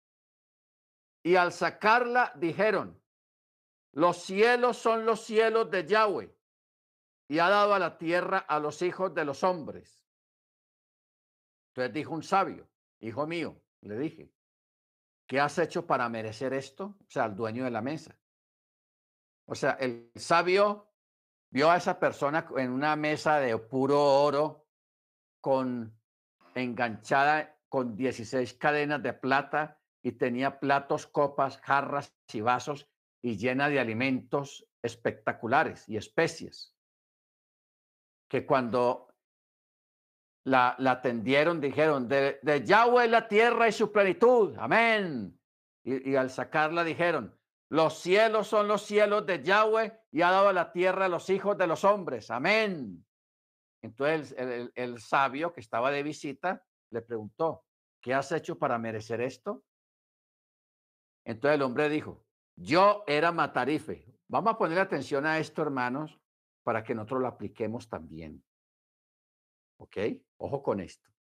Y al sacarla dijeron, los cielos son los cielos de Yahweh y ha dado a la tierra a los hijos de los hombres. Entonces dijo un sabio, hijo mío, le dije, ¿qué has hecho para merecer esto? O sea, el dueño de la mesa. O sea, el sabio vio a esa persona en una mesa de puro oro con enganchada con dieciséis cadenas de plata y tenía platos, copas, jarras y vasos y llena de alimentos espectaculares y especies. Que cuando la, la atendieron dijeron, de, de Yahweh la tierra y su plenitud, amén. Y, y al sacarla dijeron, los cielos son los cielos de Yahweh y ha dado a la tierra a los hijos de los hombres, amén. Entonces el, el, el sabio que estaba de visita le preguntó, ¿qué has hecho para merecer esto? Entonces el hombre dijo, yo era matarife. Vamos a poner atención a esto, hermanos, para que nosotros lo apliquemos también. ¿Ok? Ojo con esto.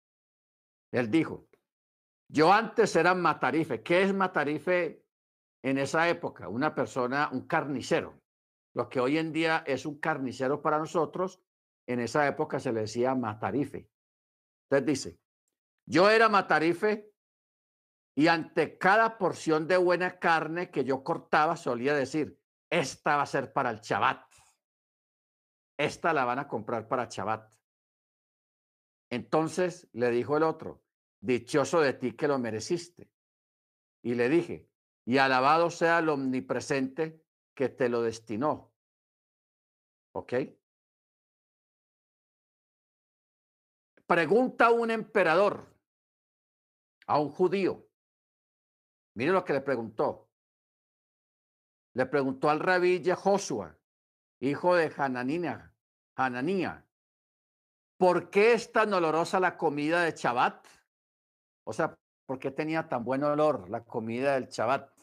Él dijo, yo antes era matarife. ¿Qué es matarife en esa época? Una persona, un carnicero. Lo que hoy en día es un carnicero para nosotros, en esa época se le decía matarife. Entonces dice, yo era matarife y ante cada porción de buena carne que yo cortaba solía decir, esta va a ser para el Shabbat. Esta la van a comprar para Shabbat. Entonces le dijo el otro, dichoso de ti que lo mereciste. Y le dije, y alabado sea el omnipresente que te lo destinó. ¿Ok? pregunta a un emperador, a un judío. Mire lo que le preguntó. Le preguntó al rabí Jehoshua, hijo de Hananía, Hananía, ¿por qué es tan olorosa la comida de Shabbat? O sea, ¿por qué tenía tan buen olor la comida del Shabbat?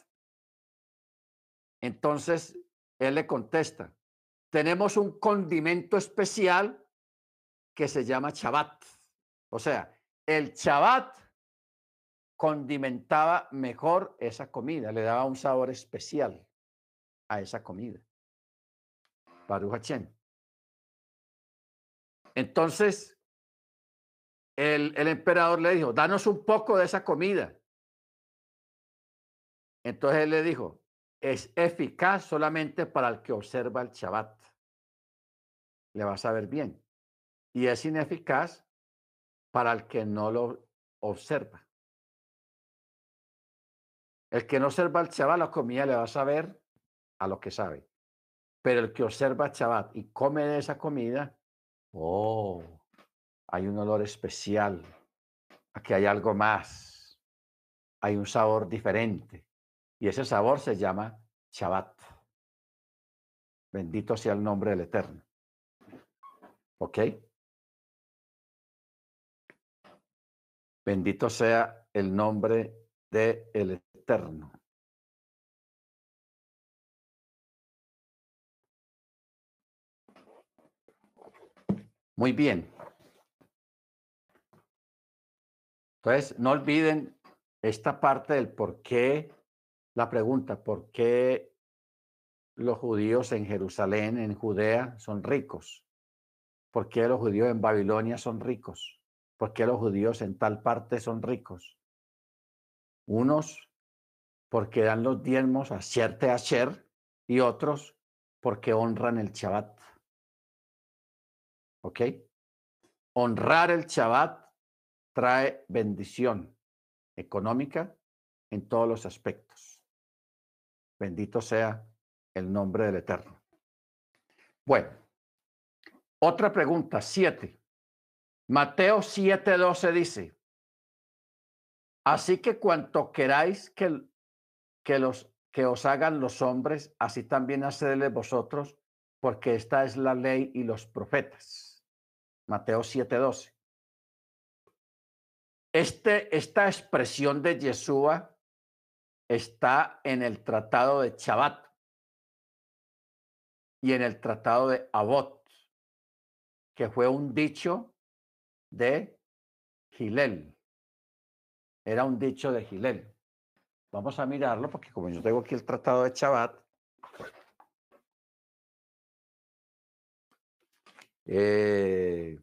Entonces, él le contesta, tenemos un condimento especial que se llama Shabbat. O sea, el Shabbat condimentaba mejor esa comida, le daba un sabor especial a esa comida. Baruch Hashem. Entonces, el, el emperador le dijo, danos un poco de esa comida. Entonces él le dijo, es eficaz solamente para el que observa el Shabbat. Le va a saber bien. Y es ineficaz para el que no lo observa. El que no observa el Shabbat, la comida le va a saber a lo que sabe. Pero el que observa el Shabbat y come de esa comida, oh, hay un olor especial. Aquí hay algo más. Hay un sabor diferente. Y ese sabor se llama Shabbat. Bendito sea el nombre del Eterno. ¿Ok? Bendito sea el nombre del Eterno. Muy bien. Entonces, no olviden esta parte del por qué, la pregunta, ¿por qué los judíos en Jerusalén, en Judea, son ricos? ¿Por qué los judíos en Babilonia son ricos? ¿Por qué los judíos en tal parte son ricos? Unos porque dan los diezmos a Sher Asher y otros porque honran el Shabbat. ¿Ok? Honrar el Shabbat trae bendición económica en todos los aspectos. Bendito sea el nombre del Eterno. Bueno, otra pregunta, siete. Mateo siete doce dice, así que cuanto queráis que, que, los, que os hagan los hombres, así también hacedles vosotros, porque esta es la ley y los profetas. Mateo siete doce. Este, esta expresión de Yeshua está en el tratado de Shabbat y en el tratado de Abot, que fue un dicho de Gilel. Era un dicho de Gilel. Vamos a mirarlo porque como yo tengo aquí el tratado de Shabbat, eh,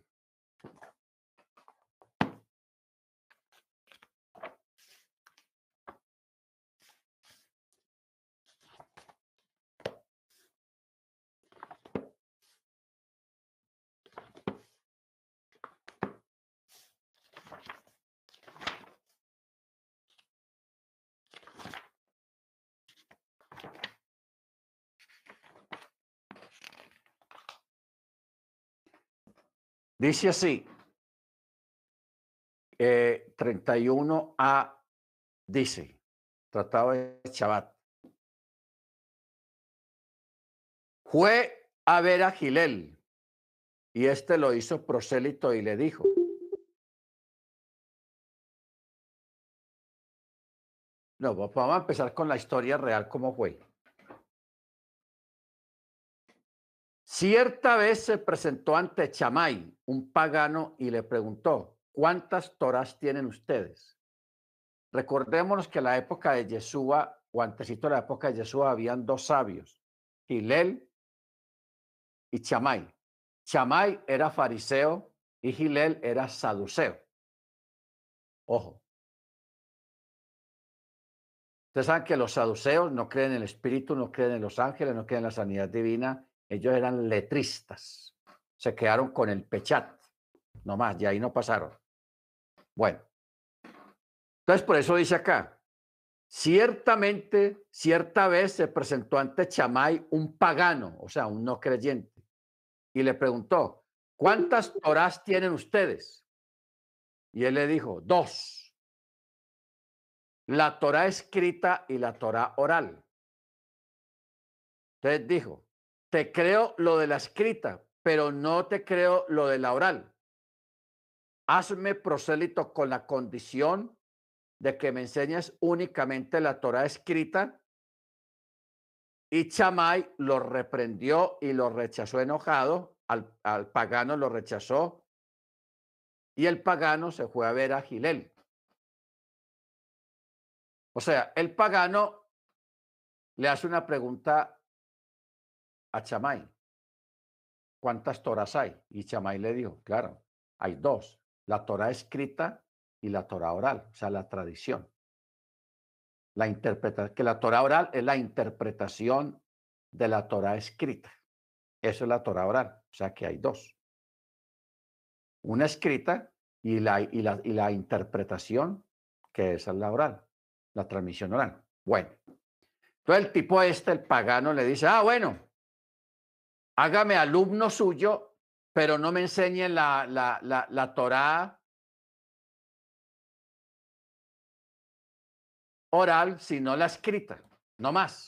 dice así, eh, treinta y uno a dice, tratado de Shabbat. Fue a ver a Gilel y este lo hizo prosélito y le dijo, no, vamos a empezar con la historia real, cómo fue. Cierta vez se presentó ante Chamay, un pagano, y le preguntó, ¿cuántas Torás tienen ustedes? Recordémonos que en la época de Yeshua, o antesito de la época de Yeshua, habían dos sabios, Gilel y Chamay. Chamay era fariseo y Gilel era saduceo. Ojo. Ustedes saben que los saduceos no creen en el espíritu, no creen en los ángeles, no creen en la sanidad divina. Ellos eran letristas. Se quedaron con el pechat, nomás, y ahí no pasaron. Bueno, entonces por eso dice acá, ciertamente, cierta vez se presentó ante Chamay un pagano, o sea, un no creyente, y le preguntó, ¿cuántas Torás tienen ustedes? Y él le dijo, dos, la Torá escrita y la Torá oral. Entonces dijo, te creo lo de la escrita, pero no te creo lo de la oral. Hazme prosélito con la condición de que me enseñes únicamente la Torá escrita. Y Chamay lo reprendió y lo rechazó enojado, al, al pagano lo rechazó, y el pagano se fue a ver a Gilel. O sea, el pagano le hace una pregunta a Chamay, ¿cuántas Toras hay? Y Chamay le dijo, claro, hay dos, la Torá escrita y la Torá oral, o sea, la tradición. La interpreta, que la Torá oral es la interpretación de la Torá escrita. Eso es la Torá oral, o sea que hay dos. Una escrita y la, y la, y la interpretación, que esa es la oral, la transmisión oral. Bueno, entonces el tipo este, el pagano, le dice, ah, bueno, hágame alumno suyo, pero no me enseñe la, la, la, la Torá oral, sino la escrita, no más.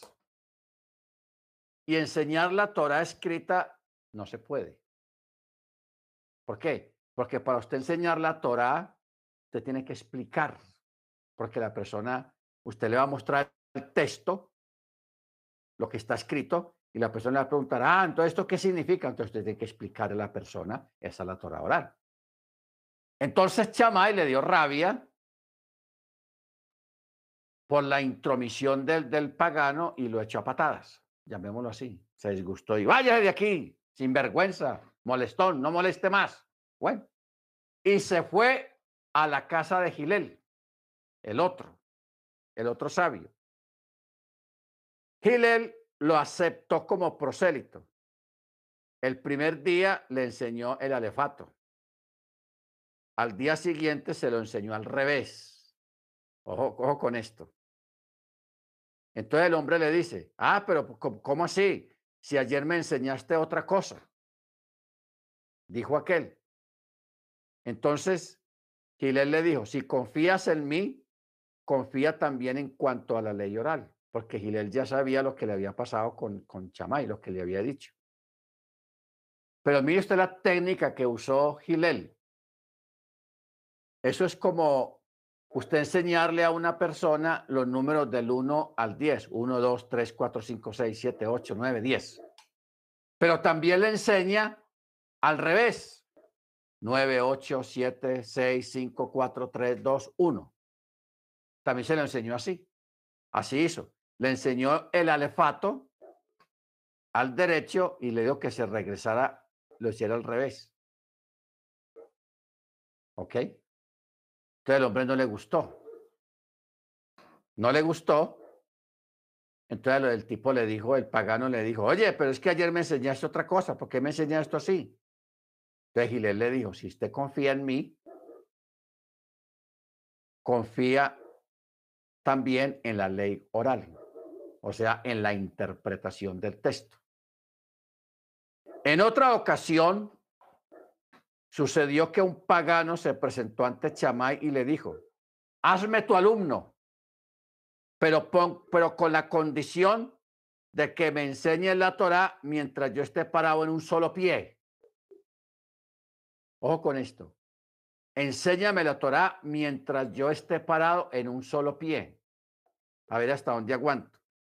Y enseñar la Torá escrita no se puede. ¿Por qué? Porque para usted enseñar la Torá, usted tiene que explicar, porque la persona, usted le va a mostrar el texto, lo que está escrito, y la persona le va a preguntar, ah, entonces, ¿esto qué significa? Entonces usted tiene que explicarle a la persona, esa es la Torá oral. Entonces Chamay le dio rabia por la intromisión del, del pagano y lo echó a patadas, llamémoslo así. Se disgustó y vaya de aquí, sin vergüenza, molestón, no moleste más. Bueno, y se fue a la casa de Gilel, el otro, el otro sabio. Gilel lo aceptó como prosélito. El primer día le enseñó el alefato. Al día siguiente se lo enseñó al revés. Ojo, ojo con esto. Entonces el hombre le dice, ah, pero ¿cómo así? Si ayer me enseñaste otra cosa, dijo aquel. Entonces Gilel le dijo, si confías en mí, confía también en cuanto a la ley oral, porque Gilel ya sabía lo que le había pasado con, con Chamay, lo que le había dicho. Pero mire usted la técnica que usó Gilel. Eso es como usted enseñarle a una persona los números del uno al diez. uno, dos, tres, cuatro, cinco, seis, siete, ocho, nueve, diez. Pero también le enseña al revés. nueve, ocho, siete, seis, cinco, cuatro, tres, dos, uno. También se le enseñó así. Así hizo. Le enseñó el alefato al derecho y le dijo que se regresara, lo hiciera al revés. ¿Ok? Entonces el hombre no le gustó. No le gustó. Entonces el tipo le dijo, el pagano le dijo, oye, pero es que ayer me enseñaste otra cosa, ¿por qué me enseñaste esto así? Entonces Gilel le dijo, si usted confía en mí, confía también en la ley oral, o sea, en la interpretación del texto. En otra ocasión, sucedió que un pagano se presentó ante Chamay y le dijo, hazme tu alumno, pero, pon, pero con la condición de que me enseñe la Torá mientras yo esté parado en un solo pie. Ojo con esto. Enséñame la Torá mientras yo esté parado en un solo pie. A ver hasta dónde aguanto.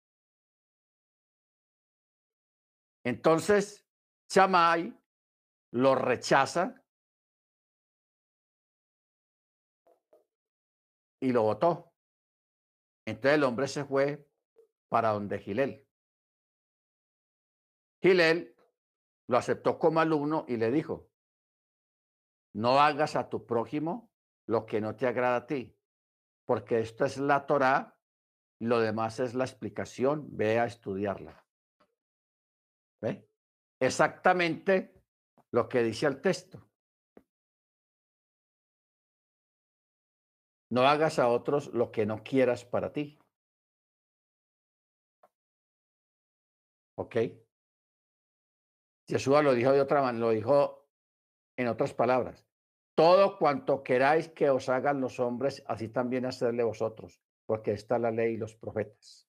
Entonces, Chamay lo rechaza y lo botó. Entonces el hombre se fue para donde Gilel. Gilel lo aceptó como alumno y le dijo, no hagas a tu prójimo lo que no te agrada a ti, porque esto es la Torá, lo demás es la explicación, ve a estudiarla. ¿Ve? Exactamente lo que dice el texto. No hagas a otros lo que no quieras para ti. ¿Ok? Jesús lo dijo de otra manera, lo dijo en otras palabras. todo cuanto queráis que os hagan los hombres, así también hacedle vosotros, porque está la ley y los profetas.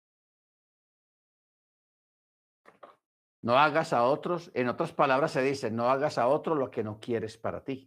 No hagas a otros, en otras palabras se dice, no hagas a otro lo que no quieres para ti.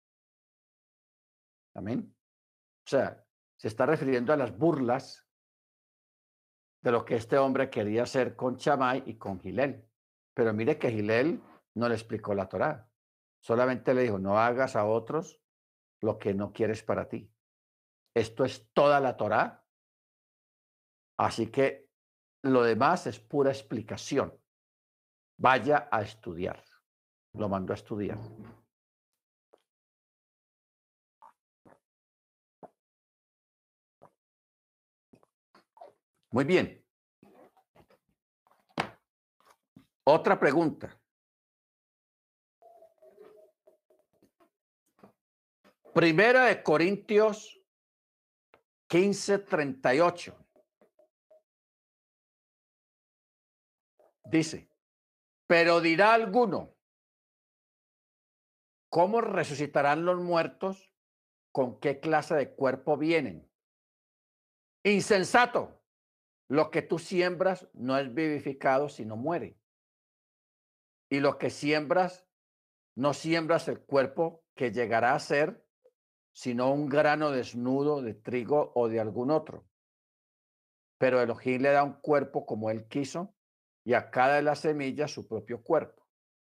Amén. O sea, se está refiriendo a las burlas de lo que este hombre quería hacer con Chamay y con Gilel. Pero mire que Gilel no le explicó la Torá. Solamente le dijo, no hagas a otros lo que no quieres para ti. Esto es toda la Torá. Así que lo demás es pura explicación. Vaya a estudiar. Lo mandó a estudiar. Muy bien. Otra pregunta. Primera de Corintios quince, treinta y ocho. Dice, pero dirá alguno, ¿cómo resucitarán los muertos? ¿Con qué clase de cuerpo vienen? Insensato, lo que tú siembras no es vivificado, sino muere. Y lo que siembras, no siembras el cuerpo que llegará a ser, sino un grano desnudo de trigo o de algún otro. Pero Elohim le da un cuerpo como él quiso, y a cada de las semillas su propio cuerpo.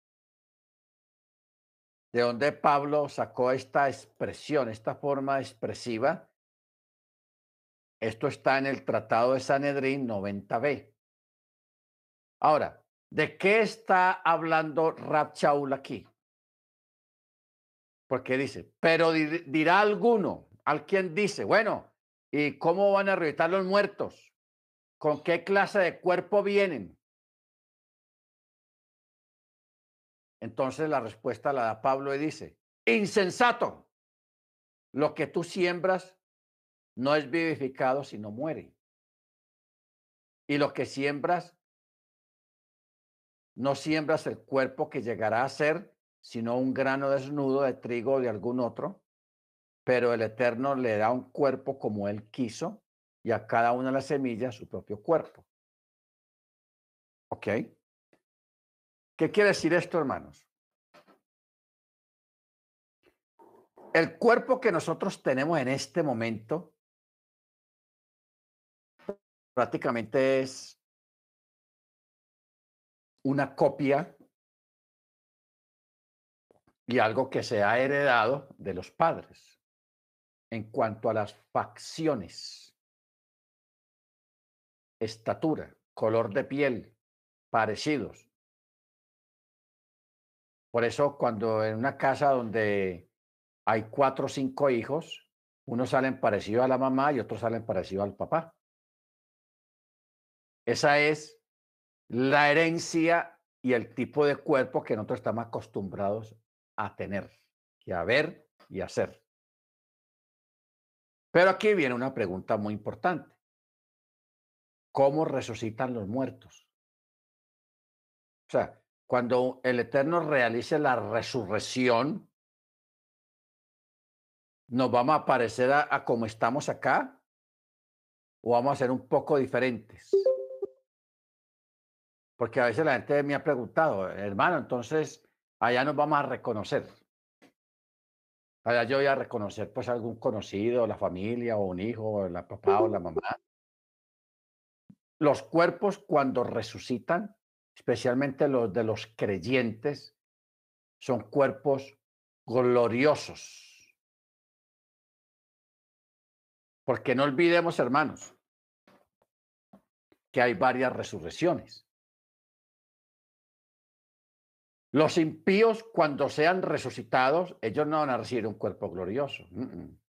¿De dónde Pablo sacó esta expresión, esta forma expresiva? Esto está en el Tratado de Sanedrín noventa b. Ahora, ¿de qué está hablando Rab Shaul aquí? Porque dice, pero dirá alguno, alguien dice, bueno, ¿y cómo van a resucitar los muertos? ¿Con qué clase de cuerpo vienen? Entonces la respuesta la da Pablo y dice, insensato, lo que tú siembras no es vivificado, sino muere. Y lo que siembras, no siembras el cuerpo que llegará a ser, sino un grano desnudo de trigo o de algún otro, pero el Eterno le da un cuerpo como él quiso y a cada una de las semillas su propio cuerpo. ¿Ok? ¿Qué quiere decir esto, hermanos? El cuerpo que nosotros tenemos en este momento prácticamente es una copia y algo que se ha heredado de los padres en cuanto a las facciones, estatura, color de piel, parecidos. Por eso cuando en una casa donde hay cuatro o cinco hijos, unos salen parecidos a la mamá y otros salen parecidos al papá. Esa es la herencia y el tipo de cuerpo que nosotros estamos acostumbrados a tener, y a ver y a hacer. Pero aquí viene una pregunta muy importante. ¿Cómo resucitan los muertos? O sea, cuando el Eterno realice la resurrección, ¿nos vamos a parecer a, a como estamos acá? ¿O vamos a ser un poco diferentes? Porque a veces la gente me ha preguntado, hermano, entonces allá nos vamos a reconocer. Allá yo voy a reconocer pues algún conocido, la familia, o un hijo, o la papá o la mamá. Los cuerpos cuando resucitan, especialmente los de los creyentes, son cuerpos gloriosos. Porque no olvidemos, hermanos, que hay varias resurrecciones. Los impíos, cuando sean resucitados, ellos no van a recibir un cuerpo glorioso. Mm, mm.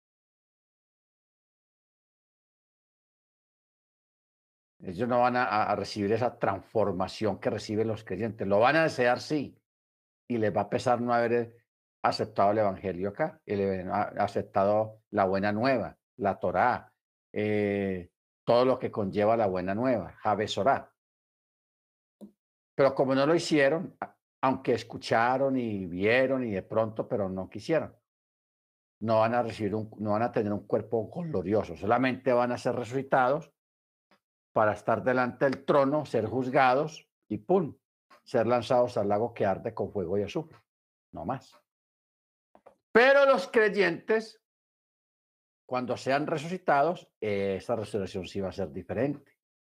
Ellos no van a, a recibir esa transformación que reciben los creyentes. Lo van a desear, sí, y les va a pesar no haber aceptado el evangelio acá, y le ha aceptado la buena nueva, la Torá, eh, todo lo que conlleva la buena nueva, Jabesorá. Pero como no lo hicieron, aunque escucharon y vieron y de pronto, pero no quisieron. no van a recibir un, no van a tener un cuerpo glorioso, solamente van a ser resucitados para estar delante del trono, ser juzgados y ¡pum! Ser lanzados al lago que arde con fuego y azufre, no más. Pero los creyentes, cuando sean resucitados, eh, esa resurrección sí va a ser diferente.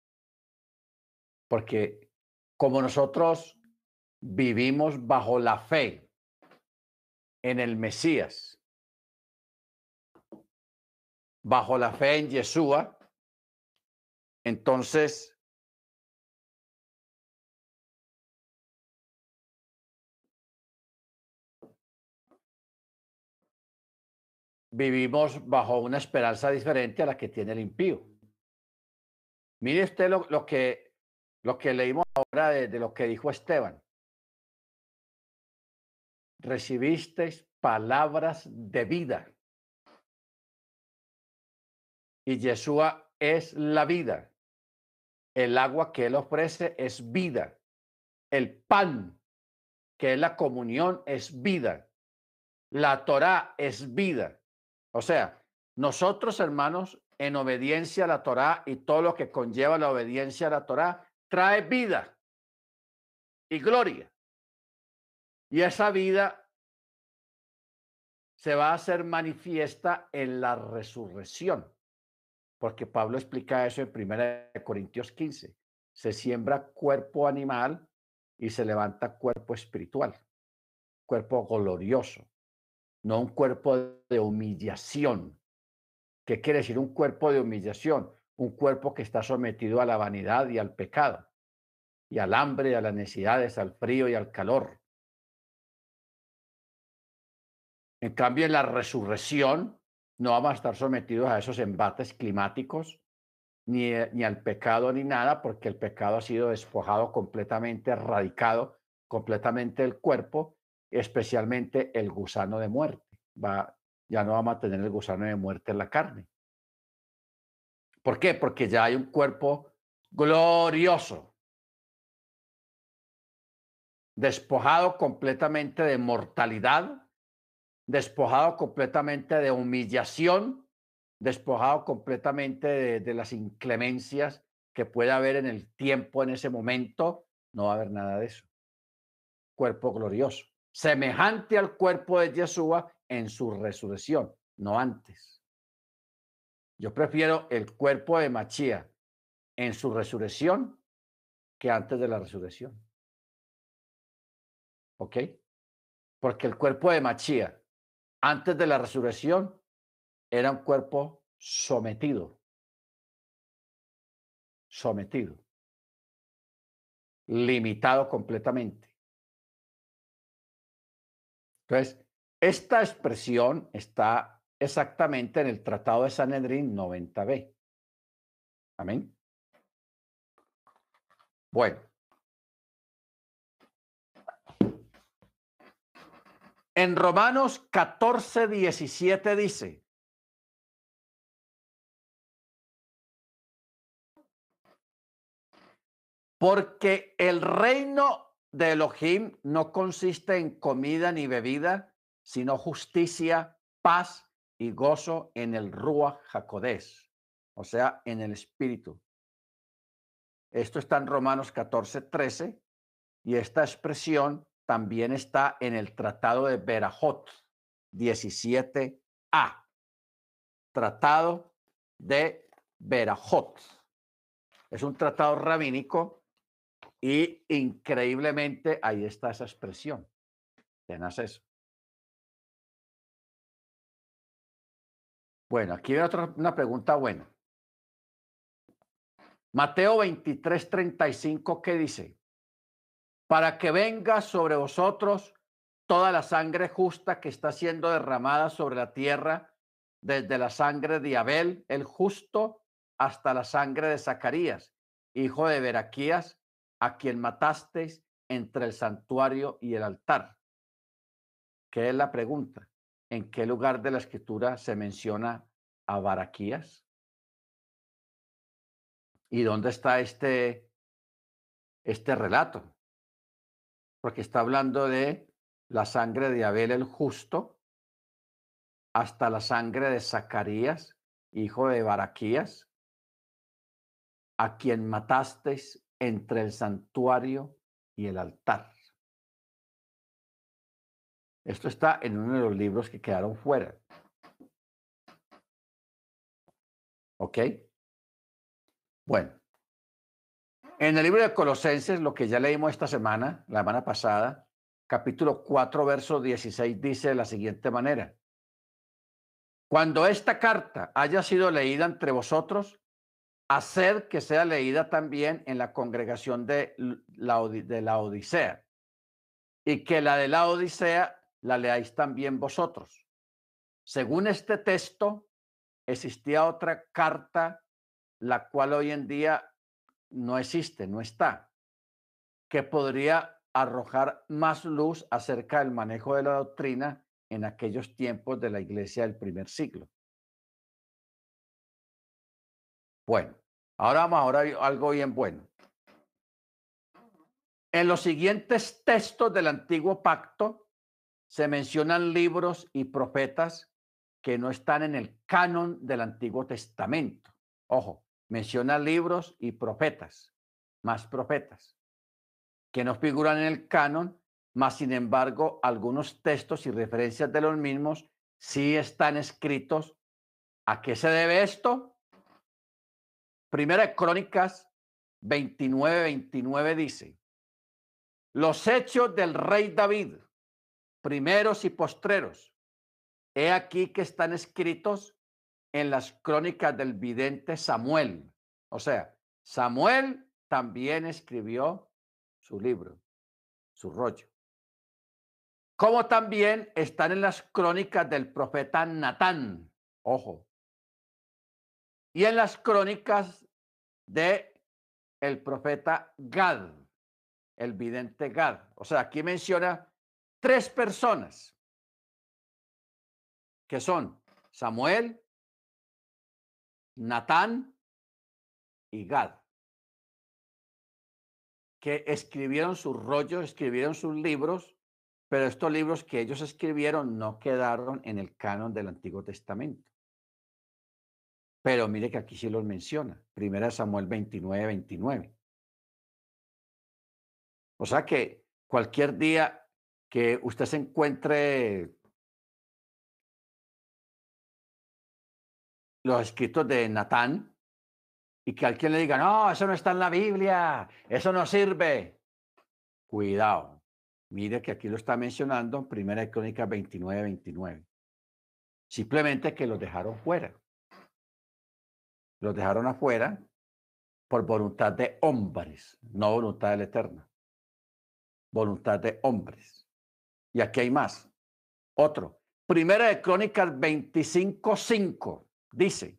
Porque como nosotros vivimos bajo la fe en el Mesías, bajo la fe en Yeshua, entonces vivimos bajo una esperanza diferente a la que tiene el impío. Mire usted lo, lo que, lo que leímos ahora de, de lo que dijo Esteban. Recibisteis palabras de vida. Y Yeshua es la vida. El agua que él ofrece es vida. El pan, que es la comunión, es vida. La Torá es vida. O sea, nosotros, hermanos, en obediencia a la Torá y todo lo que conlleva la obediencia a la Torá, trae vida y gloria. Y esa vida se va a hacer manifiesta en la resurrección. Porque Pablo explica eso en primera Corintios quince. Se siembra cuerpo animal y se levanta cuerpo espiritual, cuerpo glorioso, no un cuerpo de humillación. ¿Qué quiere decir un cuerpo de humillación? Un cuerpo que está sometido a la vanidad y al pecado, y al hambre, y a las necesidades, al frío y al calor. En cambio, en la resurrección no vamos a estar sometidos a esos embates climáticos, ni, ni al pecado ni nada, porque el pecado ha sido despojado completamente, erradicado completamente del cuerpo, especialmente el gusano de muerte. Va, ya no vamos a tener el gusano de muerte en la carne. ¿Por qué? Porque ya hay un cuerpo glorioso, despojado completamente de mortalidad, despojado completamente de humillación, despojado completamente de, de las inclemencias que puede haber en el tiempo, en ese momento. No va a haber nada de eso. Cuerpo glorioso, semejante al cuerpo de Yeshua en su resurrección, no antes. Yo prefiero el cuerpo de Machía en su resurrección que antes de la resurrección. ¿Ok? Porque el cuerpo de Machía antes de la resurrección era un cuerpo sometido, sometido, limitado completamente. Entonces, esta expresión está exactamente en el Tratado de Sanedrín noventa b. Amén. Bueno. En Romanos catorce, diecisiete dice, porque el reino de Elohim no consiste en comida ni bebida, sino justicia, paz y gozo en el Ruach HaKodesh, o sea, en el Espíritu. Esto está en Romanos catorce, trece, y esta expresión también está en el Tratado de Berajot diecisiete a. Tratado de Berajot. Es un tratado rabínico y increíblemente ahí está esa expresión. Tenaz eso. Bueno, aquí hay otra, una pregunta buena. Mateo veintitrés, treinta y cinco, ¿qué dice? Para que venga sobre vosotros toda la sangre justa que está siendo derramada sobre la tierra, desde la sangre de Abel, el justo, hasta la sangre de Zacarías, hijo de Beraquías, a quien matasteis entre el santuario y el altar. ¿Qué es la pregunta? ¿En qué lugar de la escritura se menciona a Baraquías? ¿Y dónde está este, este relato? Porque está hablando de la sangre de Abel el justo hasta la sangre de Zacarías, hijo de Baraquías, a quien matasteis entre el santuario y el altar. Esto está en uno de los libros que quedaron fuera. ¿Ok? Bueno, en el libro de Colosenses, lo que ya leímos esta semana, la semana pasada, capítulo cuatro, verso dieciséis, dice de la siguiente manera: cuando esta carta haya sido leída entre vosotros, haced que sea leída también en la congregación de la, de la Odisea, y que la de la Odisea la leáis también vosotros. Según este texto, existía otra carta, la cual hoy en día no existe, no está, que podría arrojar más luz acerca del manejo de la doctrina en aquellos tiempos de la iglesia del primer siglo. Bueno, ahora vamos ahora a algo bien bueno. En los siguientes textos del Antiguo Pacto se mencionan libros y profetas que no están en el canon del Antiguo Testamento. Ojo, menciona libros y profetas, más profetas, que no figuran en el canon, mas sin embargo algunos textos y referencias de los mismos sí están escritos. ¿A qué se debe esto? Primera de Crónicas veintinueve, veintinueve dice: los hechos del rey David, primeros y postreros, he aquí que están escritos en las crónicas del vidente Samuel. O sea, Samuel también escribió su libro, su rollo. Como también están en las crónicas del profeta Natán, ojo, y en las crónicas de el profeta Gad, el vidente Gad. O sea, aquí menciona tres personas que son Samuel, Natán y Gad, que escribieron sus rollos, escribieron sus libros, pero estos libros que ellos escribieron no quedaron en el canon del Antiguo Testamento. Pero mire que aquí sí los menciona, Primera Samuel veintinueve, veintinueve. O sea que cualquier día que usted se encuentre los escritos de Natán y que alguien le diga, no, eso no está en la Biblia, eso no sirve. Cuidado, mire que aquí lo está mencionando en Primera de Crónicas veintinueve, veintinueve. Simplemente que los dejaron fuera. Los dejaron afuera por voluntad de hombres, no voluntad del Eterno. Voluntad de hombres. Y aquí hay más. Otro. Primera de Crónicas veinticinco, cinco. Dice: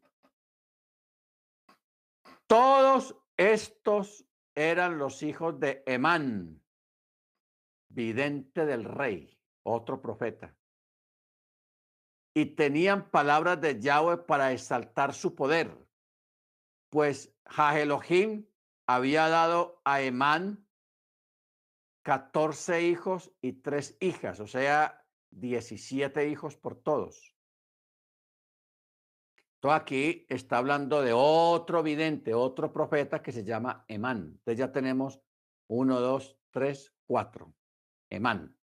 todos estos eran los hijos de Emán, vidente del rey, otro profeta, y tenían palabras de Yahweh para exaltar su poder, pues Jahelohim había dado a Emán catorce hijos y tres hijas, o sea, diecisiete hijos por todos. Todo aquí está hablando de otro vidente, otro profeta que se llama Emán. Entonces ya tenemos uno, dos, tres, cuatro. Emán.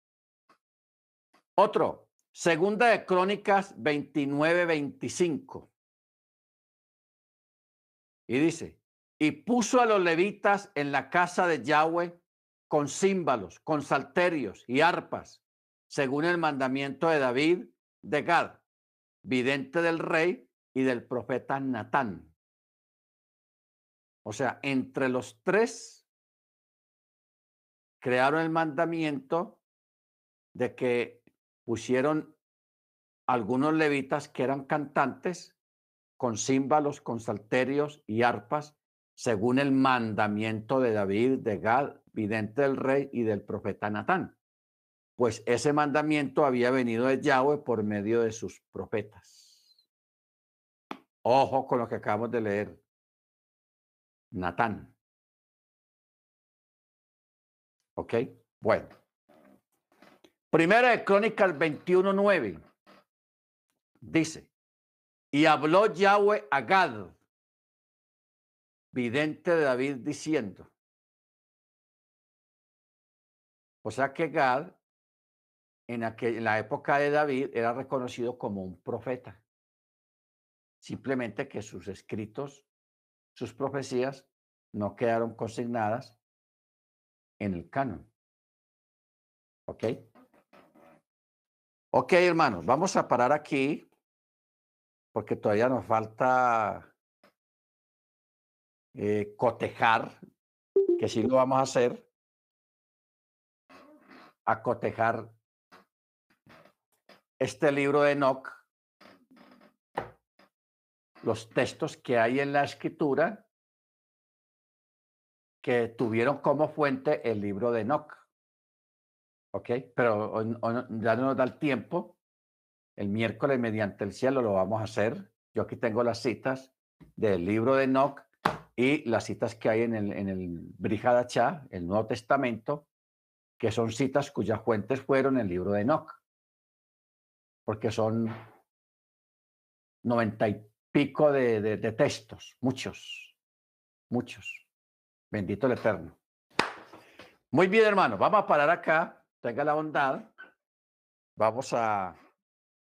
Otro, segunda de Crónicas veintinueve, veinticinco. Y dice: y puso a los levitas en la casa de Yahweh con címbalos, con salterios y arpas, según el mandamiento de David de Gad, vidente del rey y del profeta Natán. O sea, entre los tres crearon el mandamiento de que pusieron algunos levitas que eran cantantes con címbalos, con salterios y arpas, según el mandamiento de David, de Gad, vidente del rey y del profeta Natán. Pues ese mandamiento había venido de Yahweh por medio de sus profetas. Ojo con lo que acabamos de leer. Natán. ¿Ok? Bueno. Primera de Crónicas veintiuno, nueve. Dice, y habló Yahweh a Gad, vidente de David, diciendo. O sea que Gad, en, aquel, en la época de David, era reconocido como un profeta. Simplemente que sus escritos, sus profecías, no quedaron consignadas en el canon. ¿Ok? Ok, hermanos, vamos a parar aquí porque todavía nos falta eh, cotejar, que sí lo vamos a hacer, a cotejar este libro de Enoc, los textos que hay en la escritura que tuvieron como fuente el libro de Enoc. ¿Ok? Pero hoy, hoy ya no nos da el tiempo. El miércoles, mediante el cielo, lo vamos a hacer. Yo aquí tengo las citas del libro de Enoc y las citas que hay en el, en el Brit Hadashah, el Nuevo Testamento, que son citas cuyas fuentes fueron el libro de Enoc, porque son noventa y pico de, de, de textos, muchos, muchos. Bendito el Eterno. Muy bien, hermano, vamos a parar acá. Tenga la bondad. Vamos a